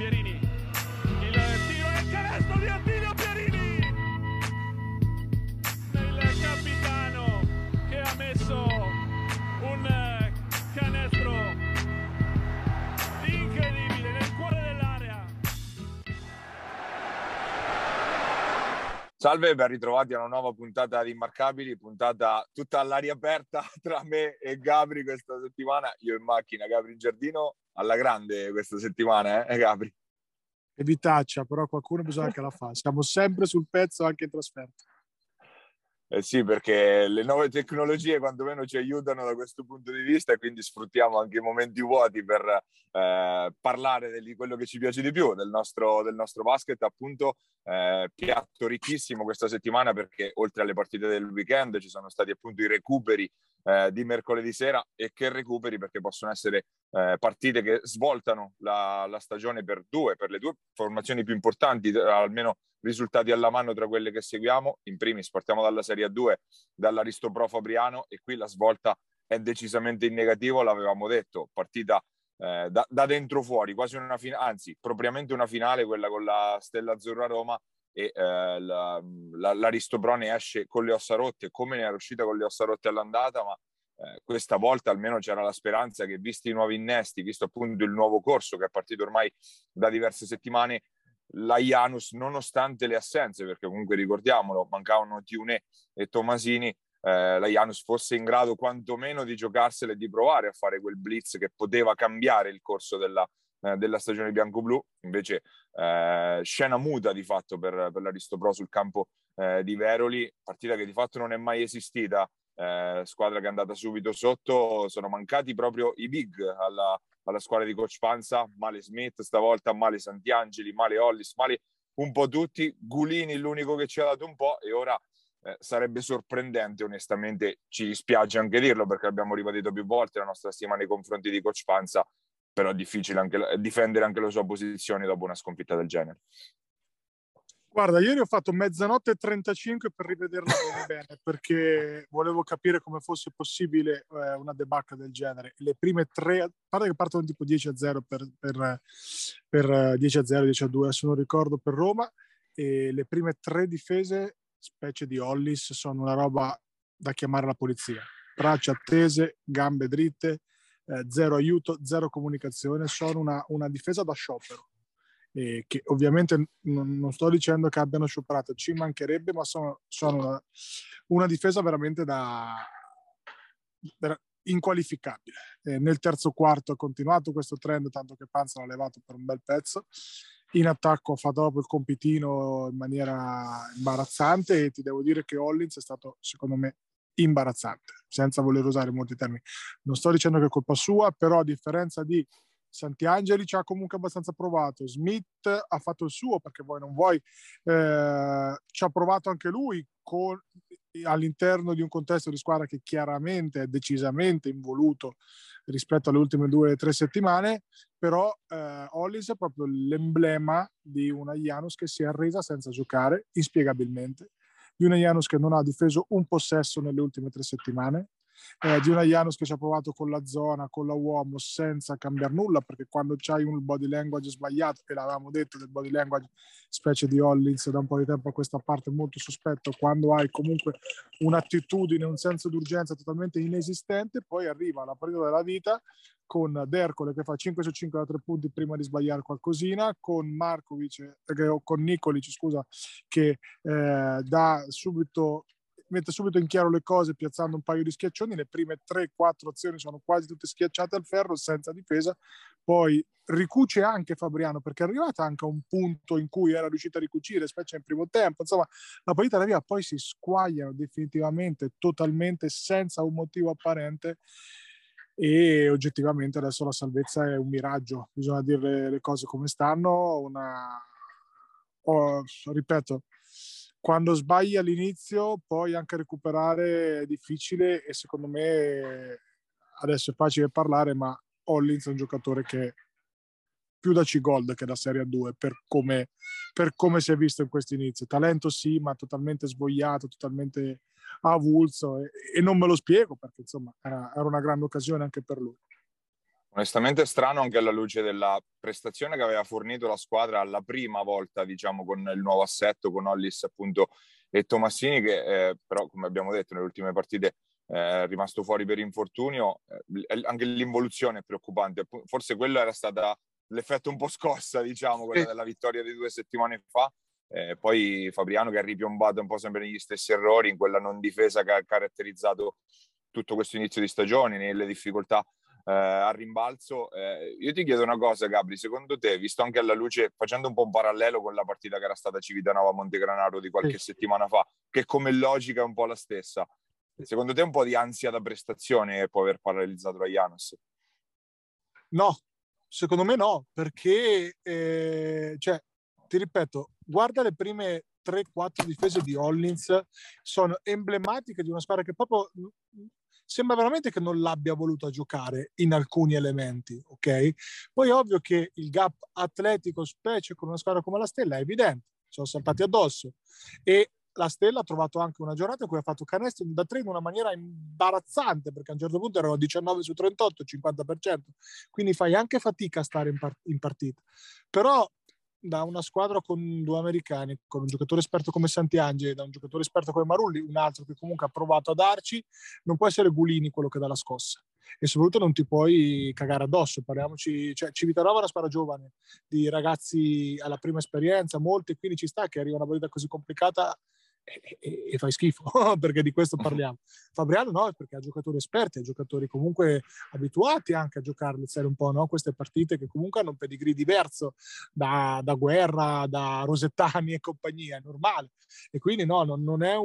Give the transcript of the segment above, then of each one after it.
Pierini, il tiro e il canestro di Attilio Pierini, il capitano che ha messo un canestro incredibile nel cuore dell'area. Salve, ben ritrovati a una nuova puntata di Immarcabili, puntata tutta all'aria aperta tra me e Gabri questa settimana, io in macchina, Gabri in giardino, alla grande questa settimana, Gabri? E vitaccia, però qualcuno bisogna che la fa, siamo sempre sul pezzo anche in trasferta. Sì, perché le nuove tecnologie quantomeno ci aiutano da questo punto di vista e quindi sfruttiamo anche i momenti vuoti per parlare di quello che ci piace di più, del nostro basket, appunto. Piatto ricchissimo questa settimana perché oltre alle partite del weekend ci sono stati appunto i recuperi di mercoledì sera, e che recuperi, perché possono essere partite che svoltano la stagione per le due formazioni più importanti, almeno risultati alla mano tra quelle che seguiamo. In primis partiamo dalla Serie A2, dall'Aristopro Fabriano, e qui la svolta è decisamente in negativo, l'avevamo detto, partita da dentro fuori, quasi una finale, anzi propriamente una finale, quella con la Stella Azzurra Roma, e l'Aristopro ne esce con le ossa rotte, come ne era uscita con le ossa rotte all'andata, ma questa volta almeno c'era la speranza che, visti i nuovi innesti, visto appunto il nuovo corso che è partito ormai da diverse settimane, la Janus, nonostante le assenze, perché comunque ricordiamolo, mancavano Tiunè e Tomasini, la Janus fosse in grado quantomeno di giocarsela e di provare a fare quel blitz che poteva cambiare il corso della stagione bianco-blu. Invece scena muta di fatto per l'Aristopro sul campo di Veroli, partita che di fatto non è mai esistita, squadra che è andata subito sotto. Sono mancati proprio i big alla squadra di Coach Panza, male Smith stavolta, male Santiangeli, male Hollis, male un po' tutti. Gulini l'unico che ci ha dato un po', e ora sarebbe sorprendente, onestamente ci dispiace anche dirlo perché abbiamo ribadito più volte la nostra stima nei confronti di Coach Panza, però è difficile anche difendere anche la sua posizione dopo una sconfitta del genere. Guarda, ieri ho fatto mezzanotte e 35 per rivederla bene, perché volevo capire come fosse possibile una debacca del genere. Le prime tre, a parte che partono tipo 10-0 per 10-0, 10-2, adesso non ricordo, per Roma, e le prime tre difese, specie di Hollis, sono una roba da chiamare la polizia. Braccia tese, gambe dritte, zero aiuto, zero comunicazione, sono una difesa da sciopero. Che ovviamente non sto dicendo che abbiano scioperato, ci mancherebbe, ma sono una difesa veramente inqualificabile. Nel terzo quarto ha continuato questo trend, tanto che Panza l'ha levato per un bel pezzo. In attacco ha fatto dopo il compitino in maniera imbarazzante, e ti devo dire che Hollins è stato, secondo me, imbarazzante, senza voler usare molti termini. Non sto dicendo che è colpa sua, però a differenza di Santiangeli ci ha comunque abbastanza provato, Smith ha fatto il suo, perché vuoi non vuoi, ci ha provato anche lui all'interno di un contesto di squadra che chiaramente è decisamente involuto rispetto alle ultime 2 o 3 settimane, però Hollis è proprio l'emblema di una Janus che si è arresa senza giocare, inspiegabilmente, di una Janus che non ha difeso un possesso nelle ultime 3 settimane, di una Janus che ci ha provato con la zona, con la uomo, senza cambiare nulla, perché quando c'hai un body language sbagliato, e l'avevamo detto del body language specie di Hollins da un po' di tempo a questa parte molto sospetto, quando hai comunque un'attitudine, un senso d'urgenza totalmente inesistente, poi arriva la partita della vita con Dercole che fa 5 su 5 da 3 punti prima di sbagliare qualcosina, con con Nikolic, scusa, che mette subito in chiaro le cose piazzando un paio di schiaccioni. Le prime 3-4 azioni sono quasi tutte schiacciate al ferro senza difesa, poi ricuce anche Fabriano, perché è arrivata anche a un punto in cui era riuscita a ricucire, specie in primo tempo. Insomma, la partita arriva, poi si squagliano definitivamente, totalmente, senza un motivo apparente, e oggettivamente adesso la salvezza è un miraggio, bisogna dire le cose come stanno. Ripeto, quando sbagli all'inizio poi anche recuperare è difficile, e secondo me adesso è facile parlare, ma Hollins è un giocatore che più da C-Gold che da Serie A2 per come si è visto in questo inizio. Talento sì, ma totalmente svogliato, totalmente avulso, e non me lo spiego, perché insomma era una grande occasione anche per lui. Onestamente è strano anche alla luce della prestazione che aveva fornito la squadra la prima volta, diciamo, con il nuovo assetto, con Hollis appunto e Tomassini, che però, come abbiamo detto, nelle ultime partite è rimasto fuori per infortunio. Anche l'involuzione è preoccupante. Forse quello era stata l'effetto un po' scossa, diciamo, quella della vittoria di 2 settimane fa. Poi Fabriano che ha ripiombato un po' sempre negli stessi errori, in quella non difesa che ha caratterizzato tutto questo inizio di stagione, nelle difficoltà a rimbalzo. Io ti chiedo una cosa, Gabri, secondo te, visto anche alla luce, facendo un po' un parallelo con la partita che era stata Civitanova-Montegranaro di qualche settimana fa, che come logica è un po' la stessa, secondo te un po' di ansia da prestazione può aver paralizzato la Janos? No, secondo me no, perché cioè, ti ripeto, guarda le prime 3-4 difese di Hollins, sono emblematiche di una squadra che proprio sembra veramente che non l'abbia voluta giocare in alcuni elementi, ok? Poi è ovvio che il gap atletico, specie con una squadra come la Stella, è evidente, sono saltati addosso, e la Stella ha trovato anche una giornata in cui ha fatto canestro da 3 in una maniera imbarazzante, perché a un certo punto erano 19 su 38, 50%, quindi fai anche fatica a stare in partita. Però da una squadra con 2 americani, con un giocatore esperto come Santiangeli, da un giocatore esperto come Marulli, un altro che comunque ha provato a darci, non può essere Gulini quello che dà la scossa. E soprattutto non ti puoi cagare addosso. Parliamoci, cioè, Civitanova è una squadra giovane, di ragazzi alla prima esperienza, molti, quindi ci sta che arriva una partita così complicata e fai schifo, perché di questo parliamo. Fabriano no, perché ha giocatori esperti, ha giocatori comunque abituati anche a giocarle, sai un po', no? Queste partite che comunque hanno un pedigree diverso da Guerra, da Rosettani e compagnia, è normale. E quindi no, non è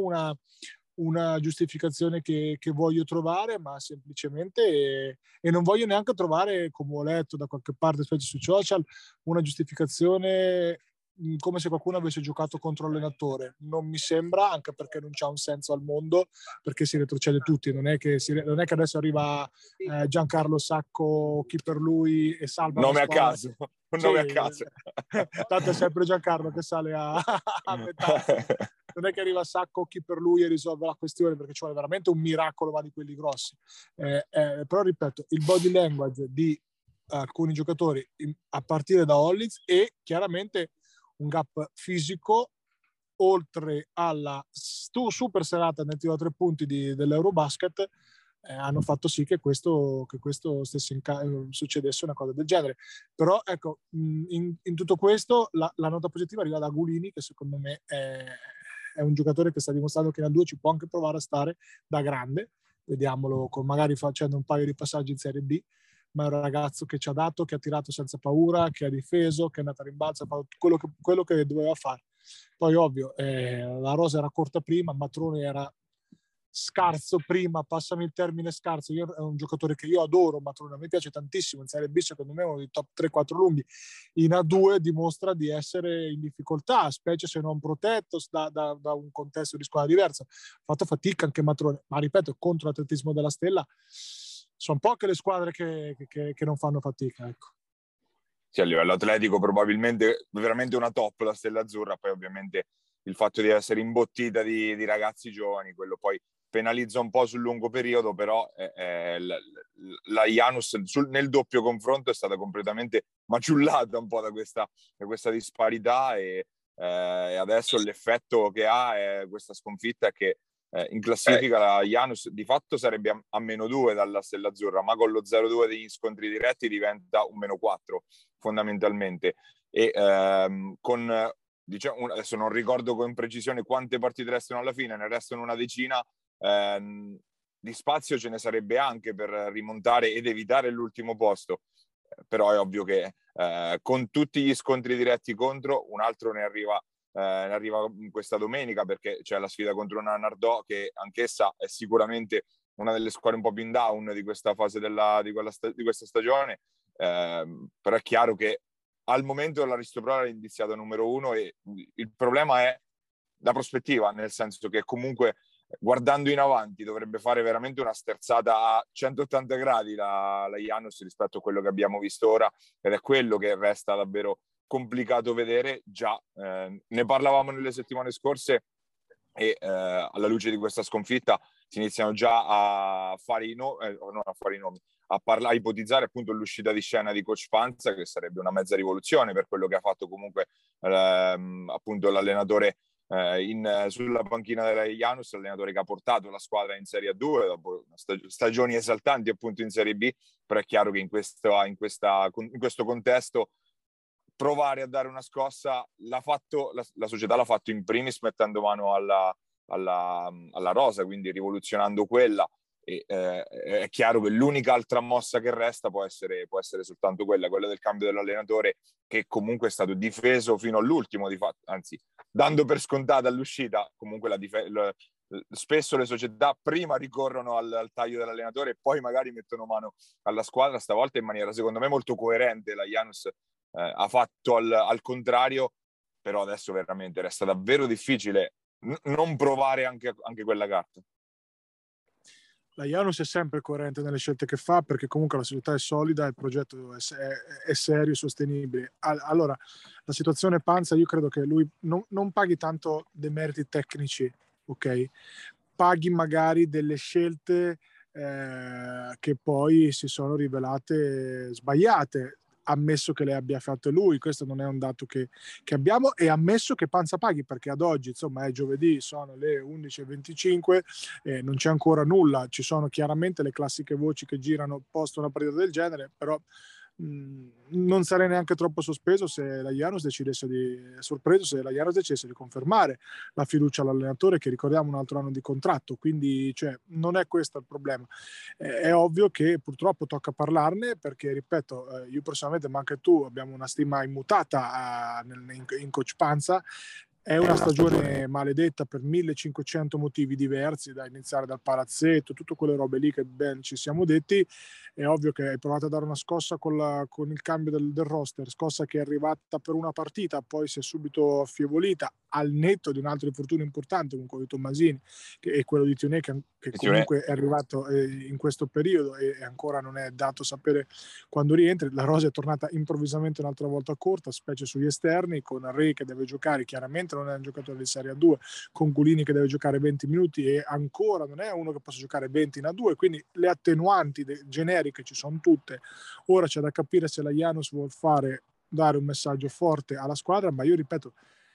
una giustificazione che voglio trovare, ma semplicemente, e non voglio neanche trovare, come ho letto da qualche parte, specie sui social, una giustificazione come se qualcuno avesse giocato contro l'allenatore. Non mi sembra, anche perché non c'ha un senso al mondo, perché si retrocede tutti. Non è che adesso arriva Giancarlo Sacco, chi per lui, e salva nome la squadra. A caso, un nome a caso. Tanto è sempre Giancarlo che sale a metà. Non è che arriva Sacco, chi per lui, e risolve la questione, perché ci vuole veramente un miracolo, ma di quelli grossi. Però ripeto, il body language di alcuni giocatori a partire da Hollins, e chiaramente un gap fisico, oltre alla super serata nel tiro a 3 punti dell'Eurobasket, hanno fatto sì che questo stesse succedesse una cosa del genere. Però ecco, in tutto questo la nota positiva arriva da Gulini, che secondo me è un giocatore che sta dimostrando che in A2 ci può anche provare a stare da grande. Vediamolo magari facendo un paio di passaggi in Serie B, ma è un ragazzo che ci ha dato, che ha tirato senza paura, che ha difeso, che è andato a rimbalzo, ha fatto quello che doveva fare. Poi ovvio, la rosa era corta prima, Matrone era scarso prima, passami il termine scarso, è un giocatore che io adoro, Matrone, a me piace tantissimo, in Serie B secondo me è uno dei top 3-4 lunghi, in A2 dimostra di essere in difficoltà, specie se non protetto da un contesto di squadra diversa. Ha fatto fatica anche Matrone, ma ripeto, contro l'atletismo della Stella sono poche le squadre che non fanno fatica, ecco. Sì, a livello atletico probabilmente veramente una top la Stella Azzurra, poi ovviamente il fatto di essere imbottita di ragazzi giovani, quello poi penalizza un po' sul lungo periodo, però la Janus nel doppio confronto è stata completamente maciullata un po' da questa disparità, e adesso l'effetto che ha è questa sconfitta, che in classifica la Janus di fatto sarebbe a -2 dalla Stella Azzurra, ma con lo 0-2 degli scontri diretti diventa un -4 fondamentalmente, e con, diciamo, adesso non ricordo con precisione quante partite restano alla fine, ne restano una decina, di spazio ce ne sarebbe anche per rimontare ed evitare l'ultimo posto, però è ovvio che con tutti gli scontri diretti contro, un altro ne arriva questa domenica, perché c'è la sfida contro una Nardò che anch'essa è sicuramente una delle squadre un po' più in down di questa fase di questa stagione, però è chiaro che al momento l'Aristopro è iniziato numero 1, e il problema è la prospettiva, nel senso che comunque guardando in avanti dovrebbe fare veramente una sterzata a 180 gradi la Janus rispetto a quello che abbiamo visto ora, ed è quello che resta davvero complicato vedere. Già ne parlavamo nelle settimane scorse, e alla luce di questa sconfitta si iniziano già a fare non a fare i nomi, a ipotizzare appunto l'uscita di scena di Coach Panza, che sarebbe una mezza rivoluzione per quello che ha fatto comunque appunto l'allenatore sulla panchina della Janus, l'allenatore che ha portato la squadra in Serie A2 dopo stagioni esaltanti appunto in Serie B. Però è chiaro che in questo contesto provare a dare una scossa la società l'ha fatto in primis mettendo mano alla rosa, quindi rivoluzionando quella. E, è chiaro che l'unica altra mossa che resta può essere soltanto quella del cambio dell'allenatore, che comunque è stato difeso fino all'ultimo, di fatto, anzi dando per scontata all'uscita. Comunque spesso le società prima ricorrono al taglio dell'allenatore e poi magari mettono mano alla squadra. Stavolta in maniera secondo me molto coerente la Janus ha fatto al contrario, però adesso veramente resta davvero difficile non provare anche quella carta. La Janus è sempre coerente nelle scelte che fa, perché comunque la società è solida, il progetto è serio e sostenibile. Allora, la situazione Panza, io credo che lui non paghi tanto dei meriti tecnici, ok? Paghi magari delle scelte che poi si sono rivelate sbagliate, ammesso che le abbia fatte lui. Questo non è un dato che abbiamo, e ammesso che Panza paghi, perché ad oggi insomma è giovedì, sono le 11:25, non c'è ancora nulla. Ci sono chiaramente le classiche voci che girano post una partita del genere, però non sarei neanche troppo sorpreso se la Janus decidesse di confermare la fiducia all'allenatore, che ricordiamo un altro anno di contratto, quindi cioè, non è questo il problema. È ovvio che purtroppo tocca parlarne, perché ripeto, io personalmente, ma anche tu, abbiamo una stima immutata in Coach Panza. È una stagione maledetta per 1500 motivi diversi, da iniziare dal palazzetto, tutte quelle robe lì che ben ci siamo detti. È ovvio che hai provato a dare una scossa con il cambio del roster, scossa che è arrivata per una partita, poi si è subito affievolita, al netto di un altro infortunio importante, come quello di Tommasini e quello di Tionè, che comunque è arrivato in questo periodo e ancora non è dato sapere quando rientri. La rosa è tornata improvvisamente un'altra volta corta, specie sugli esterni, con Re che deve giocare, chiaramente non è un giocatore di Serie A2, con Gulini che deve giocare 20 minuti e ancora non è uno che possa giocare 20 in A2, quindi le attenuanti generiche ci sono tutte. Ora c'è da capire se la Janus vuol dare un messaggio forte alla squadra, ma io ripeto,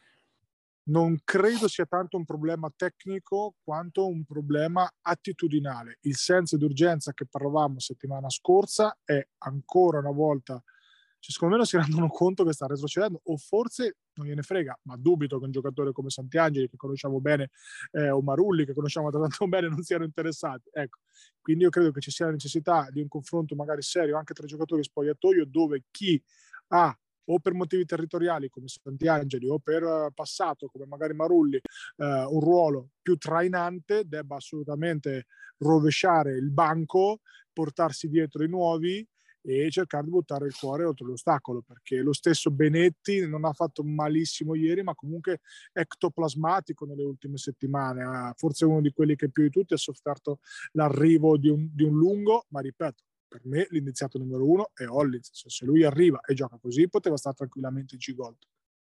non credo sia tanto un problema tecnico quanto un problema attitudinale. Il senso d'urgenza che parlavamo settimana scorsa è ancora una volta, cioè, secondo me non si rendono conto che sta retrocedendo, o forse non gliene frega, ma dubito che un giocatore come Santiangeli, che conosciamo bene, o Marulli, che conosciamo tanto bene, non siano interessati. Ecco. Quindi io credo che ci sia la necessità di un confronto magari serio anche tra giocatori e spogliatoio, dove chi ha, o per motivi territoriali come Santiangeli, o per passato come magari Marulli, un ruolo più trainante, debba assolutamente rovesciare il banco, portarsi dietro i nuovi e cercare di buttare il cuore oltre l'ostacolo, perché lo stesso Benetti non ha fatto malissimo ieri, ma comunque ectoplasmatico nelle ultime settimane, forse uno di quelli che più di tutti ha sofferto l'arrivo di un lungo, ma ripeto, per me l'iniziato numero 1 è Hollins. Se lui arriva e gioca così, poteva stare tranquillamente in C-Gold.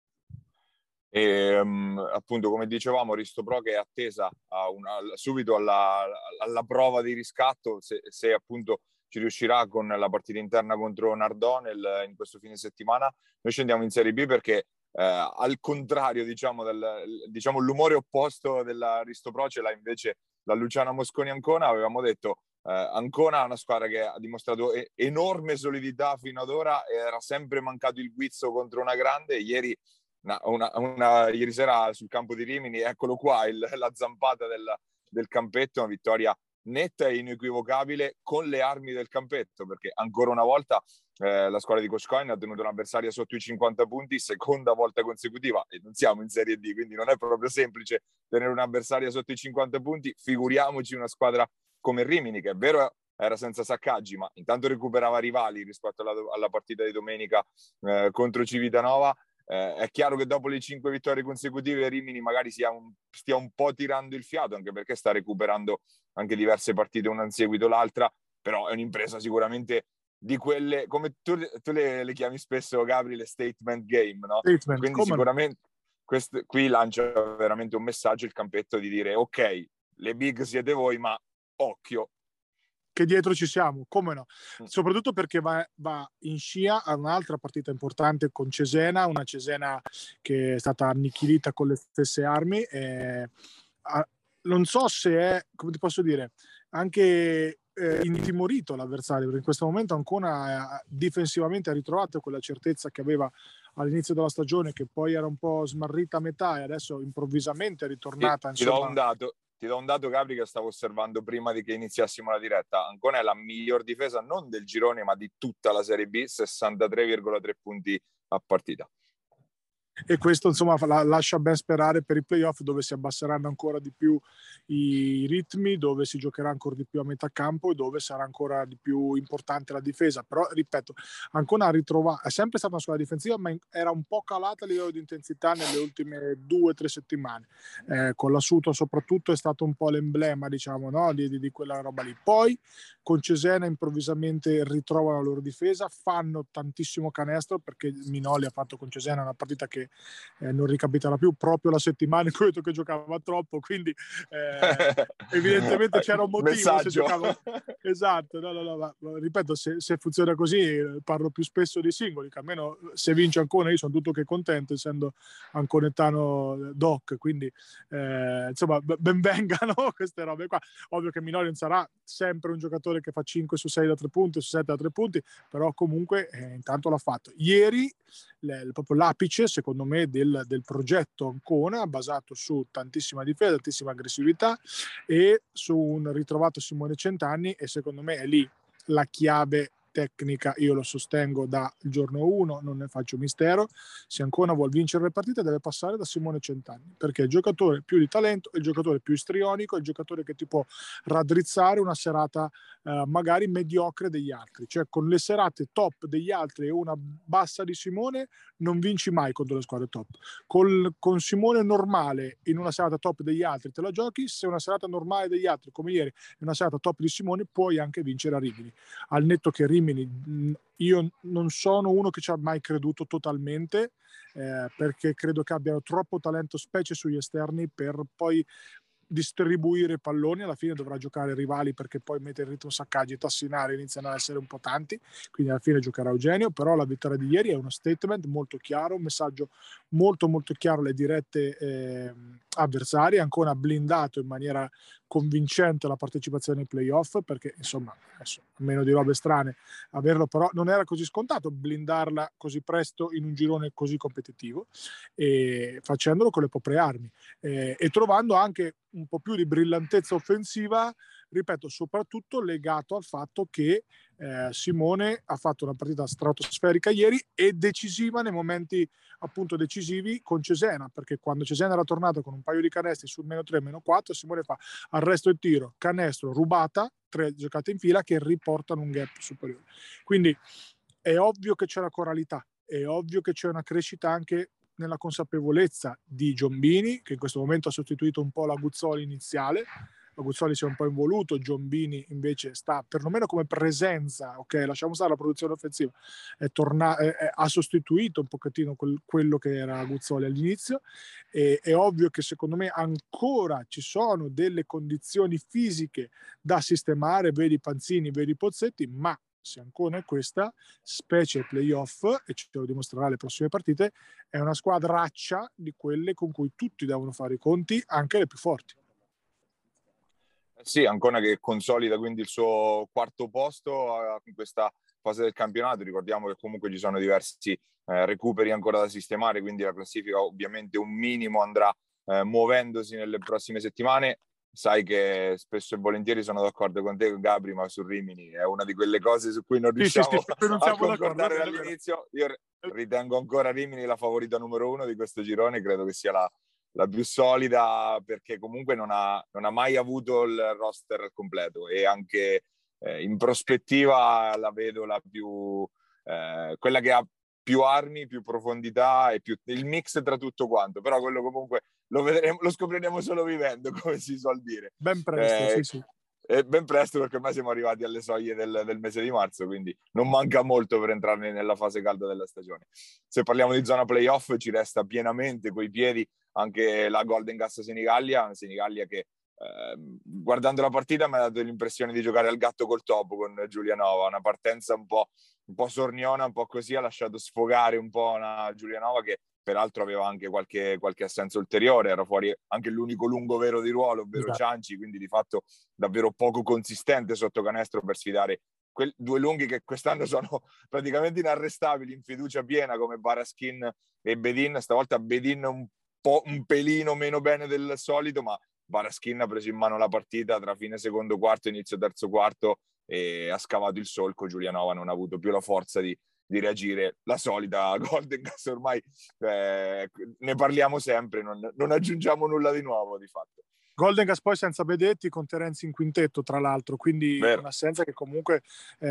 E appunto, come dicevamo, Risto Pro che è attesa subito alla prova di riscatto, se appunto ci riuscirà con la partita interna contro Nardone in questo fine settimana. Noi scendiamo in Serie B perché al contrario, diciamo l'umore opposto della Risto Pro ce l'ha invece la Luciana Mosconi Ancona. Avevamo detto Ancona è una squadra che ha dimostrato enorme solidità fino ad ora, era sempre mancato il guizzo contro una grande. Ieri ieri sera sul campo di Rimini, eccolo qua la zampata del campetto, una vittoria netta e inequivocabile con le armi del campetto, perché ancora una volta la squadra di Coach Coyne ha tenuto un'avversaria sotto i 50 punti, seconda volta consecutiva, e non siamo in Serie D, quindi non è proprio semplice tenere un'avversaria sotto i 50 punti, figuriamoci una squadra come Rimini, che è vero era senza Saccaggi, ma intanto recuperava rivali rispetto alla partita di domenica contro Civitanova. È chiaro che dopo le 5 vittorie consecutive Rimini magari stia un po' tirando il fiato, anche perché sta recuperando anche diverse partite una in seguito l'altra, però è un'impresa sicuramente di quelle, come tu le chiami spesso, Gabri, le statement game, no? Quindi sicuramente qui lancia veramente un messaggio il campetto di dire ok, le big siete voi, ma occhio. che dietro ci siamo, come no? Soprattutto perché va in scia a un'altra partita importante con Cesena, una Cesena che è stata annichilita con le stesse armi. Non so se è, come ti posso dire, anche intimorito l'avversario, perché in questo momento Ancona difensivamente ha ritrovato quella certezza che aveva all'inizio della stagione, che poi era un po' smarrita a metà e adesso improvvisamente è ritornata. Ti do un dato, Gabri, che stavo osservando prima di che iniziassimo la diretta. Ancona è la miglior difesa non del girone ma di tutta la Serie B, 63,3 punti a partita. E questo insomma lascia ben sperare per i playoff, dove si abbasseranno ancora di più i ritmi, dove si giocherà ancora di più a metà campo e dove sarà ancora di più importante la difesa. Però ripeto, Ancona è sempre stata una squadra difensiva, ma era un po' calata a livello di intensità nelle ultime 2 o 3 settimane. Con l'Assuto soprattutto è stato un po' l'emblema, diciamo, no? di quella roba lì. Poi con Cesena improvvisamente ritrovano la loro difesa, fanno tantissimo canestro, perché Minoli ha fatto con Cesena una partita che non ricapiterà più, proprio la settimana in cui ho detto che giocava troppo, quindi evidentemente c'era un motivo se giocava. Esatto, no, ripeto, se funziona così parlo più spesso dei singoli, che almeno se vince Ancona io sono tutto che contento, essendo anconetano doc, quindi insomma ben vengano queste robe qua. Ovvio che Minoli non sarà sempre un giocatore che fa 5 su 6 da 3 punti, su 7 da 3 punti, però comunque intanto l'ha fatto. Ieri proprio l'apice secondo me del progetto Ancona, basato su tantissima difesa, tantissima aggressività e su un ritrovato Simone Centanni, e secondo me è lì la chiave tecnica. Io lo sostengo dal giorno 1, non ne faccio mistero: se Ancona vuol vincere le partite deve passare da Simone Centanni, perché è il giocatore più di talento, è il giocatore più istrionico, è il giocatore che ti può raddrizzare una serata magari mediocre degli altri. Cioè, con le serate top degli altri e una bassa di Simone non vinci mai contro le squadre top. Con Simone normale in una serata top degli altri te la giochi, se una serata normale degli altri come ieri in una serata top di Simone puoi anche vincere a Rimini. Al netto che Rimini, io non sono uno che ci ha mai creduto totalmente, perché credo che abbiano troppo talento, specie sugli esterni, per poi distribuire i palloni. Alla fine dovrà giocare rivali, perché poi mette in ritmo Saccaggi e Tassinari iniziano ad essere un po' tanti, quindi alla fine giocherà Eugenio. Però la vittoria di ieri è uno statement molto chiaro, un messaggio molto molto chiaro alle dirette avversarie. Ancora blindato in maniera convincente la partecipazione ai playoff, perché insomma adesso, a meno di robe strane, averlo però non era così scontato, blindarla così presto in un girone così competitivo, e facendolo con le proprie armi, e trovando anche un po' più di brillantezza offensiva, ripeto, soprattutto legato al fatto che Simone ha fatto una partita stratosferica ieri e decisiva nei momenti appunto decisivi con Cesena, perché quando Cesena era tornato con un paio di canestri sul -3, -4, Simone fa arresto e tiro, canestro, rubata, 3 giocate in fila che riportano un gap superiore. Quindi è ovvio che c'è la coralità, è ovvio che c'è una crescita anche nella consapevolezza di Giombini, che in questo momento ha sostituito un po' la Guzzoli iniziale. La Guzzoli si è un po' involuto, Giombini invece sta perlomeno come presenza, ok, lasciamo stare la produzione offensiva, ha sostituito un pochettino quello che era Guzzoli all'inizio. È ovvio che secondo me ancora ci sono delle condizioni fisiche da sistemare, vedi Panzini, vedi Pozzetti, ma se ancora è questa, specie playoff, e ce lo dimostrerà le prossime partite, è una squadraccia di quelle con cui tutti devono fare i conti, anche le più forti. Sì, Ancona che consolida quindi il suo quarto posto in questa fase del campionato. Ricordiamo che comunque ci sono diversi recuperi ancora da sistemare, quindi la classifica ovviamente un minimo andrà muovendosi nelle prossime settimane. Sai che spesso e volentieri sono d'accordo con te, Gabri, ma su Rimini è una di quelle cose su cui non riusciamo a concordare dall'inizio. Io ritengo ancora Rimini la favorita numero 1 di questo girone, credo che sia la più solida, perché comunque non ha mai avuto il roster completo, e anche in prospettiva la vedo la più quella che ha più armi, più profondità e più il mix tra tutto quanto. Però quello comunque lo vedremo, lo scopriremo solo vivendo, come si suol dire. Ben presto, sì. Ben presto, perché ormai siamo arrivati alle soglie del mese di marzo, quindi non manca molto per entrare nella fase calda della stagione. Se parliamo di zona playoff, ci resta pienamente coi piedi anche la Golden Gas Senigallia che guardando la partita mi ha dato l'impressione di giocare al gatto col topo con Giulianova, una partenza un po' sorniona, un po' così, ha lasciato sfogare un po' una Giulianova che peraltro aveva anche qualche assenza ulteriore, era fuori anche l'unico lungo vero di ruolo, ovvero Cianci, quindi di fatto davvero poco consistente sotto canestro per sfidare due lunghi che quest'anno sono praticamente inarrestabili, in fiducia piena come Baraskin e Bedin. Stavolta Bedin un pelino meno bene del solito, ma Baraskin ha preso in mano la partita tra fine secondo quarto e inizio terzo quarto e ha scavato il solco. Giulianova non ha avuto più la forza di reagire. La solita Goldengas, ormai ne parliamo sempre, non aggiungiamo nulla di nuovo di fatto. Goldengas poi senza Bedetti con Terenzi in quintetto, tra l'altro, quindi un'assenza che comunque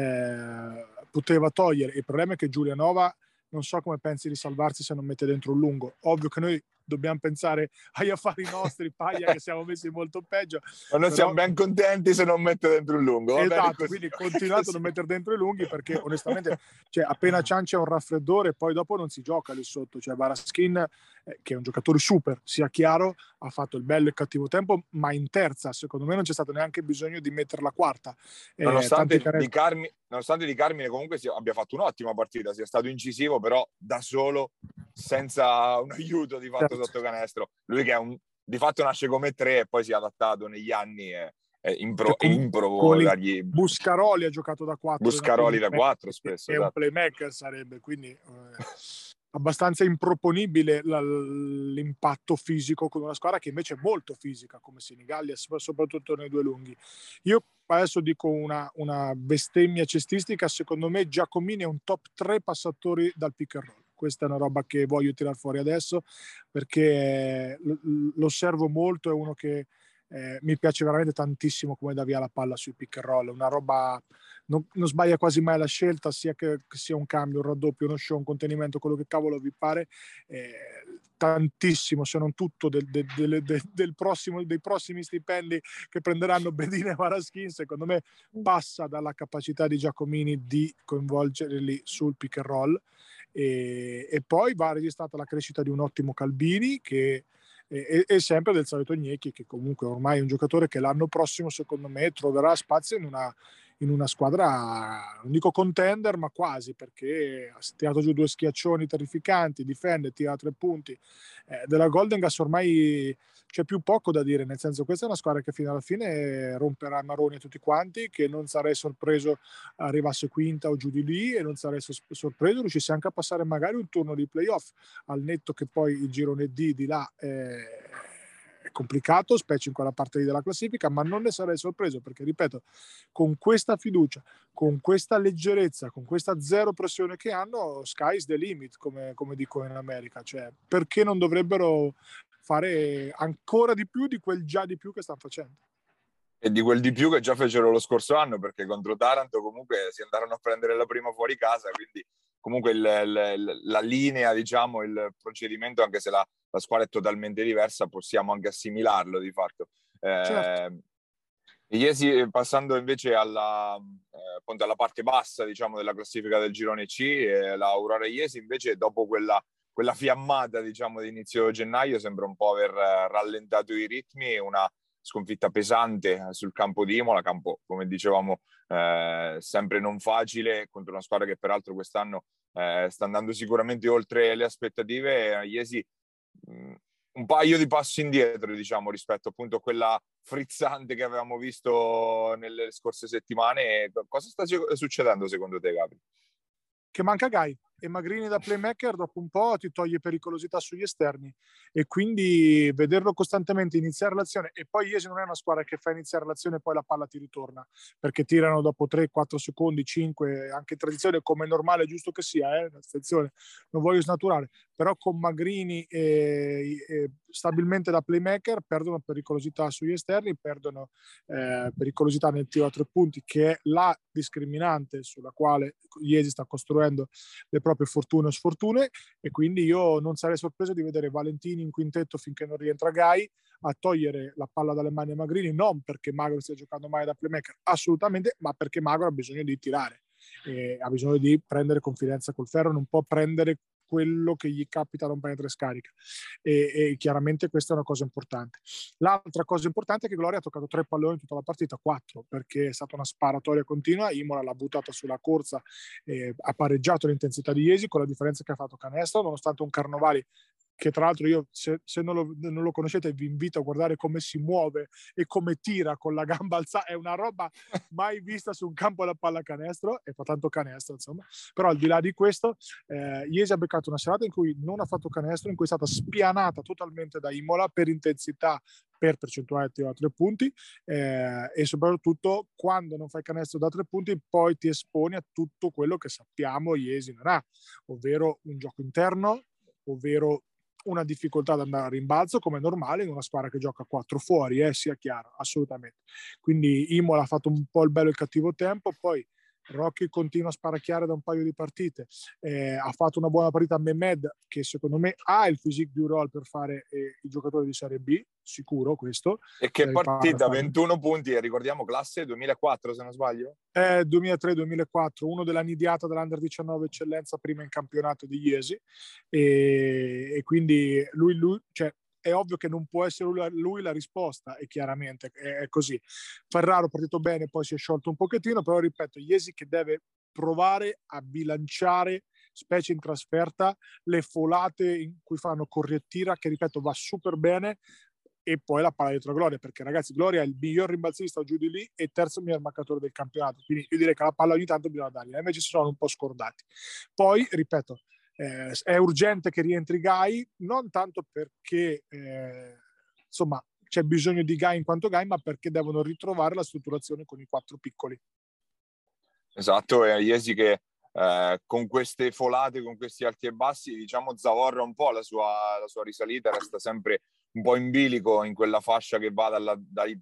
poteva togliere. Il problema è che Giulianova non so come pensi di salvarsi se non mette dentro un lungo. Ovvio che noi dobbiamo pensare agli affari nostri, Paglia, che siamo messi molto peggio. Ma noi siamo ben contenti se non mette dentro un lungo. Esatto, quindi continuate a non mettere dentro i lunghi, perché onestamente appena Cianci è un raffreddore, poi dopo non si gioca lì sotto. Baraskin, che è un giocatore super, sia chiaro, ha fatto il bello e il cattivo tempo, ma in terza secondo me non c'è stato neanche bisogno di mettere la quarta. Nonostante Di Carmine comunque abbia fatto un'ottima partita, sia stato incisivo, però da solo, senza un aiuto di fatto sotto canestro. Lui che di fatto nasce come 3 e poi si è adattato negli anni improvo dargli... Buscaroli ha giocato da 4. Buscaroli da 4 spesso. È un playmaker sarebbe, quindi abbastanza improponibile l'impatto fisico con una squadra che invece è molto fisica come Senigallia, soprattutto nei due lunghi. Io adesso dico una bestemmia cestistica: secondo me Giacomini è un top 3 passatori dal pick and roll. Questa è una roba che voglio tirar fuori adesso, perché lo osservo molto, è uno che mi piace veramente tantissimo come dà via la palla sui pick and roll, una roba, non sbaglia quasi mai la scelta, sia che sia un cambio, un raddoppio, uno show, un contenimento, quello che cavolo vi pare, tantissimo, se non tutto dei prossimi stipendi che prenderanno Bedin e Baraskin, secondo me passa dalla capacità di Giacomini di coinvolgerli sul pick and roll, e poi va registrata la crescita di un ottimo Calbini che e sempre del solito Gnecchi, che comunque ormai è un giocatore che l'anno prossimo secondo me troverà spazio in una squadra, non dico contender, ma quasi, perché ha tirato giù 2 schiaccioni terrificanti, difende, tira 3 punti. Della Goldengas ormai c'è più poco da dire, nel senso, questa è una squadra che fino alla fine romperà i maroni a tutti quanti, che non sarei sorpreso arrivasse quinta o giù di lì, e non sarei sorpreso riuscisse anche a passare magari un turno di playoff, al netto che poi il girone D di là è complicato, specie in quella parte lì della classifica, ma non ne sarei sorpreso, perché ripeto, con questa fiducia, con questa leggerezza, con questa zero pressione che hanno, sky's the limit, come dico in America, perché non dovrebbero fare ancora di più di quel già di più che stanno facendo? E di quel di più che già fecero lo scorso anno, perché contro Taranto comunque si andarono a prendere la prima fuori casa, quindi comunque la linea, diciamo, il procedimento, anche se la squadra è totalmente diversa, possiamo anche assimilarlo di fatto. Certo. Iesi, passando invece appunto alla parte bassa, diciamo, della classifica del girone C, la Aurora Iesi invece, dopo quella fiammata, diciamo, di inizio gennaio, sembra un po' aver rallentato i ritmi. Una sconfitta pesante sul campo di Imola, campo, come dicevamo, sempre non facile, contro una squadra che peraltro quest'anno sta andando sicuramente oltre le aspettative. Iesi un paio di passi indietro, diciamo, rispetto appunto a quella frizzante che avevamo visto nelle scorse settimane. Cosa sta succedendo secondo te, Gabri? Che manca Gai, e Magrini da playmaker dopo un po' ti toglie pericolosità sugli esterni, e quindi vederlo costantemente iniziare l'azione, e poi Iesi non è una squadra che fa iniziare l'azione e poi la palla ti ritorna, perché tirano dopo 3-4 secondi, 5, anche in transizione, come è normale, giusto che sia, attenzione, non voglio snaturare, però con Magrini stabilmente da playmaker perdono pericolosità sugli esterni, perdono pericolosità nel tiro a 3 punti, che è la discriminante sulla quale Iesi sta costruendo le proprie fortune o sfortune, e quindi io non sarei sorpreso di vedere Valentini in quintetto finché non rientra Gai, a togliere la palla dalle mani a Magrini, non perché Magro stia giocando mai da playmaker, assolutamente, ma perché Magro ha bisogno di tirare, ha bisogno di prendere confidenza col ferro, non può prendere quello che gli capita da un penetra e scarica, e chiaramente questa è una cosa importante. L'altra cosa importante è che Gloria ha toccato 3 palloni in tutta la partita, 4, perché è stata una sparatoria continua. Imola l'ha buttata sulla corsa, ha pareggiato l'intensità di Iesi, con la differenza che ha fatto canestro, nonostante un Carnovali che tra l'altro io, se non lo conoscete, vi invito a guardare come si muove e come tira con la gamba alzata. È una roba mai vista su un campo da pallacanestro, e fa tanto canestro, insomma. Però al di là di questo, Iesi ha beccato una serata in cui non ha fatto canestro, in cui è stata spianata totalmente da Imola per intensità, per percentuale da 3 punti, e soprattutto quando non fai canestro da 3 punti poi ti esponi a tutto quello che sappiamo Iesi non ha, ovvero un gioco interno, ovvero una difficoltà ad andare a rimbalzo, come è normale in una squadra che gioca 4 fuori, sia chiaro, assolutamente. Quindi Imola ha fatto un po' il bello e il cattivo tempo, poi Rocky continua a sparacchiare da un paio di partite, ha fatto una buona partita a Mehmed, che secondo me ha il physique du role per fare il giocatore di Serie B, sicuro questo. E che partita, 21 punti, e ricordiamo classe 2004 se non sbaglio? 2003-2004, uno della nidiata dell'Under 19 eccellenza prima in campionato di Iesi, e quindi lui cioè, è ovvio che non può essere lui la risposta, e chiaramente è così. Ferraro è partito bene, poi si è sciolto un pochettino, però ripeto, Iesi che deve provare a bilanciare, specie in trasferta, le folate in cui fanno correttiva, che ripeto va super bene, e poi la palla dietro Gloria, perché ragazzi Gloria è il miglior rimbalzista giù di lì e terzo miglior marcatore del campionato, quindi io direi che la palla ogni tanto bisogna dargli, invece si sono un po' scordati. Poi ripeto, è urgente che rientri Gai, non tanto perché insomma c'è bisogno di Gai in quanto Gai, ma perché devono ritrovare la strutturazione con i 4 piccoli. Esatto, è Iesi che con queste folate, con questi alti e bassi, diciamo zavorra un po' la sua risalita, resta sempre un po' in bilico in quella fascia che va dalla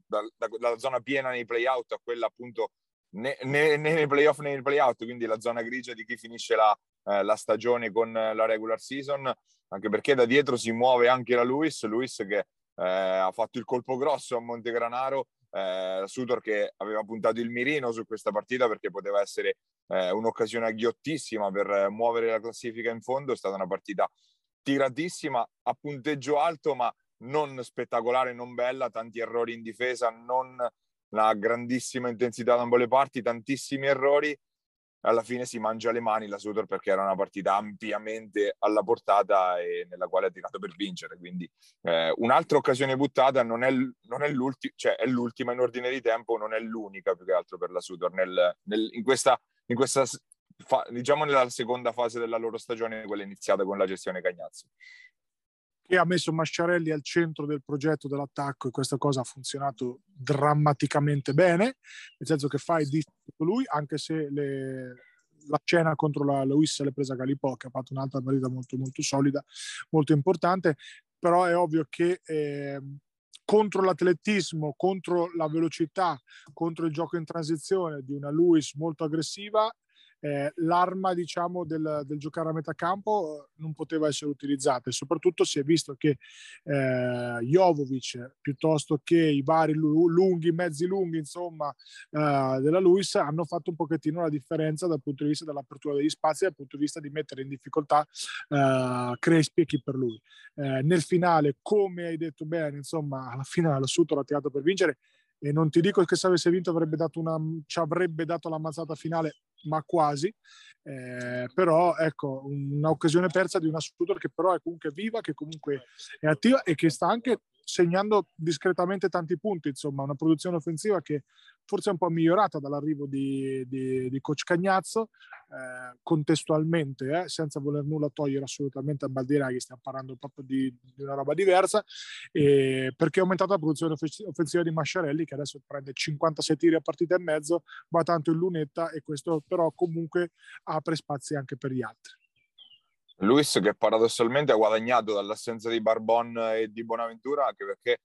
zona piena nei play-out a quella appunto né nei play-off né nei play-out, quindi la zona grigia di chi finisce la stagione con la regular season, anche perché da dietro si muove anche la Lewis che ha fatto il colpo grosso a Montegranaro, Sutor che aveva puntato il mirino su questa partita perché poteva essere un'occasione aghiottissima per muovere la classifica in fondo. È stata una partita tiratissima, a punteggio alto, ma non spettacolare, non bella, tanti errori in difesa, non la grandissima intensità da ambo le parti, tantissimi errori. Alla fine si mangia le mani la Sutor perché era una partita ampiamente alla portata e nella quale ha tirato per vincere, quindi un'altra occasione buttata, non è l'ultima, cioè è l'ultima in ordine di tempo, non è l'unica più che altro per la Sutor in questa diciamo nella seconda fase della loro stagione, quella iniziata con la gestione Cagnazzi, che ha messo Masciarelli al centro del progetto dell'attacco, e questa cosa ha funzionato drammaticamente bene, nel senso che fa di tutto lui, anche se la cena contro la Lewis l'ha presa Galipò, che ha fatto un'altra partita molto molto solida, molto importante. Però è ovvio che contro l'atletismo, contro la velocità, contro il gioco in transizione di una Lewis molto aggressiva, l'arma diciamo del giocare a metà campo non poteva essere utilizzata, e soprattutto si è visto che Jovovic piuttosto che i vari lunghi, mezzi lunghi insomma della Lewis hanno fatto un pochettino la differenza dal punto di vista dell'apertura degli spazi, dal punto di vista di mettere in difficoltà Crespi e chi per lui. Nel finale, come hai detto bene, insomma alla fine lo Sutor ha tirato per vincere, e non ti dico che se avesse vinto ci avrebbe dato la mazzata finale, ma quasi, però ecco, un'occasione persa di una Sutor che però è comunque viva, che comunque è attiva e che sta anche segnando discretamente tanti punti, insomma una produzione offensiva che forse è un po' migliorata dall'arrivo di coach Cagnazzo, contestualmente, senza voler nulla togliere assolutamente a Baldiraghi, stiamo parlando proprio di una roba diversa, perché è aumentata la produzione offensiva di Masciarelli, che adesso prende 56 tiri a partita e mezzo, va tanto in lunetta, e questo però comunque apre spazi anche per gli altri. Luis che paradossalmente ha guadagnato dall'assenza di Barbon e di Bonaventura, anche perché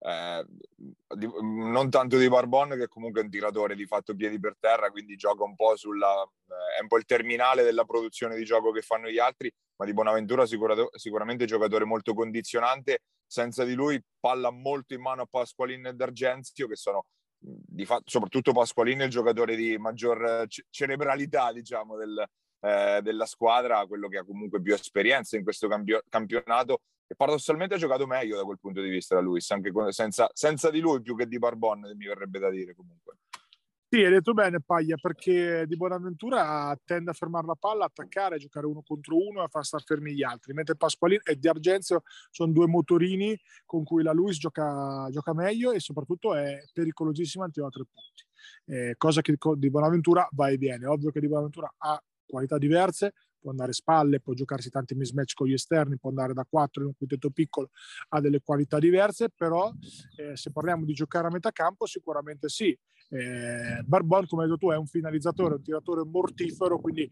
non tanto di Barbon, che comunque è un tiratore di fatto piedi per terra, quindi gioca un po' è un po' il terminale della produzione di gioco che fanno gli altri, ma di Bonaventura sicuramente giocatore molto condizionante. Senza di lui palla molto in mano a Pasqualin e D'Argenzio, che sono di fatto, soprattutto Pasqualin, il giocatore di maggior cerebralità diciamo della squadra, quello che ha comunque più esperienza in questo campionato, e paradossalmente ha giocato meglio da quel punto di vista da Luis, anche senza di lui più che di Barbon, mi verrebbe da dire comunque. Sì, hai detto bene Paglia, perché Di Bonaventura tende a fermare la palla, attaccare, a giocare 1 contro 1 e a far star fermi gli altri, mentre Pasqualini e Di Argenzio sono 2 motorini con cui la Luis gioca meglio e soprattutto è pericolosissima al tiro a 3 punti, cosa che Di Bonaventura va e viene. Ovvio che Di Bonaventura ha qualità diverse, può andare spalle, può giocarsi tanti mismatch con gli esterni, può andare da 4 in un quintetto piccolo, ha delle qualità diverse, però se parliamo di giocare a metà campo sicuramente sì. Barbon, come hai detto tu, è un finalizzatore, un tiratore mortifero, quindi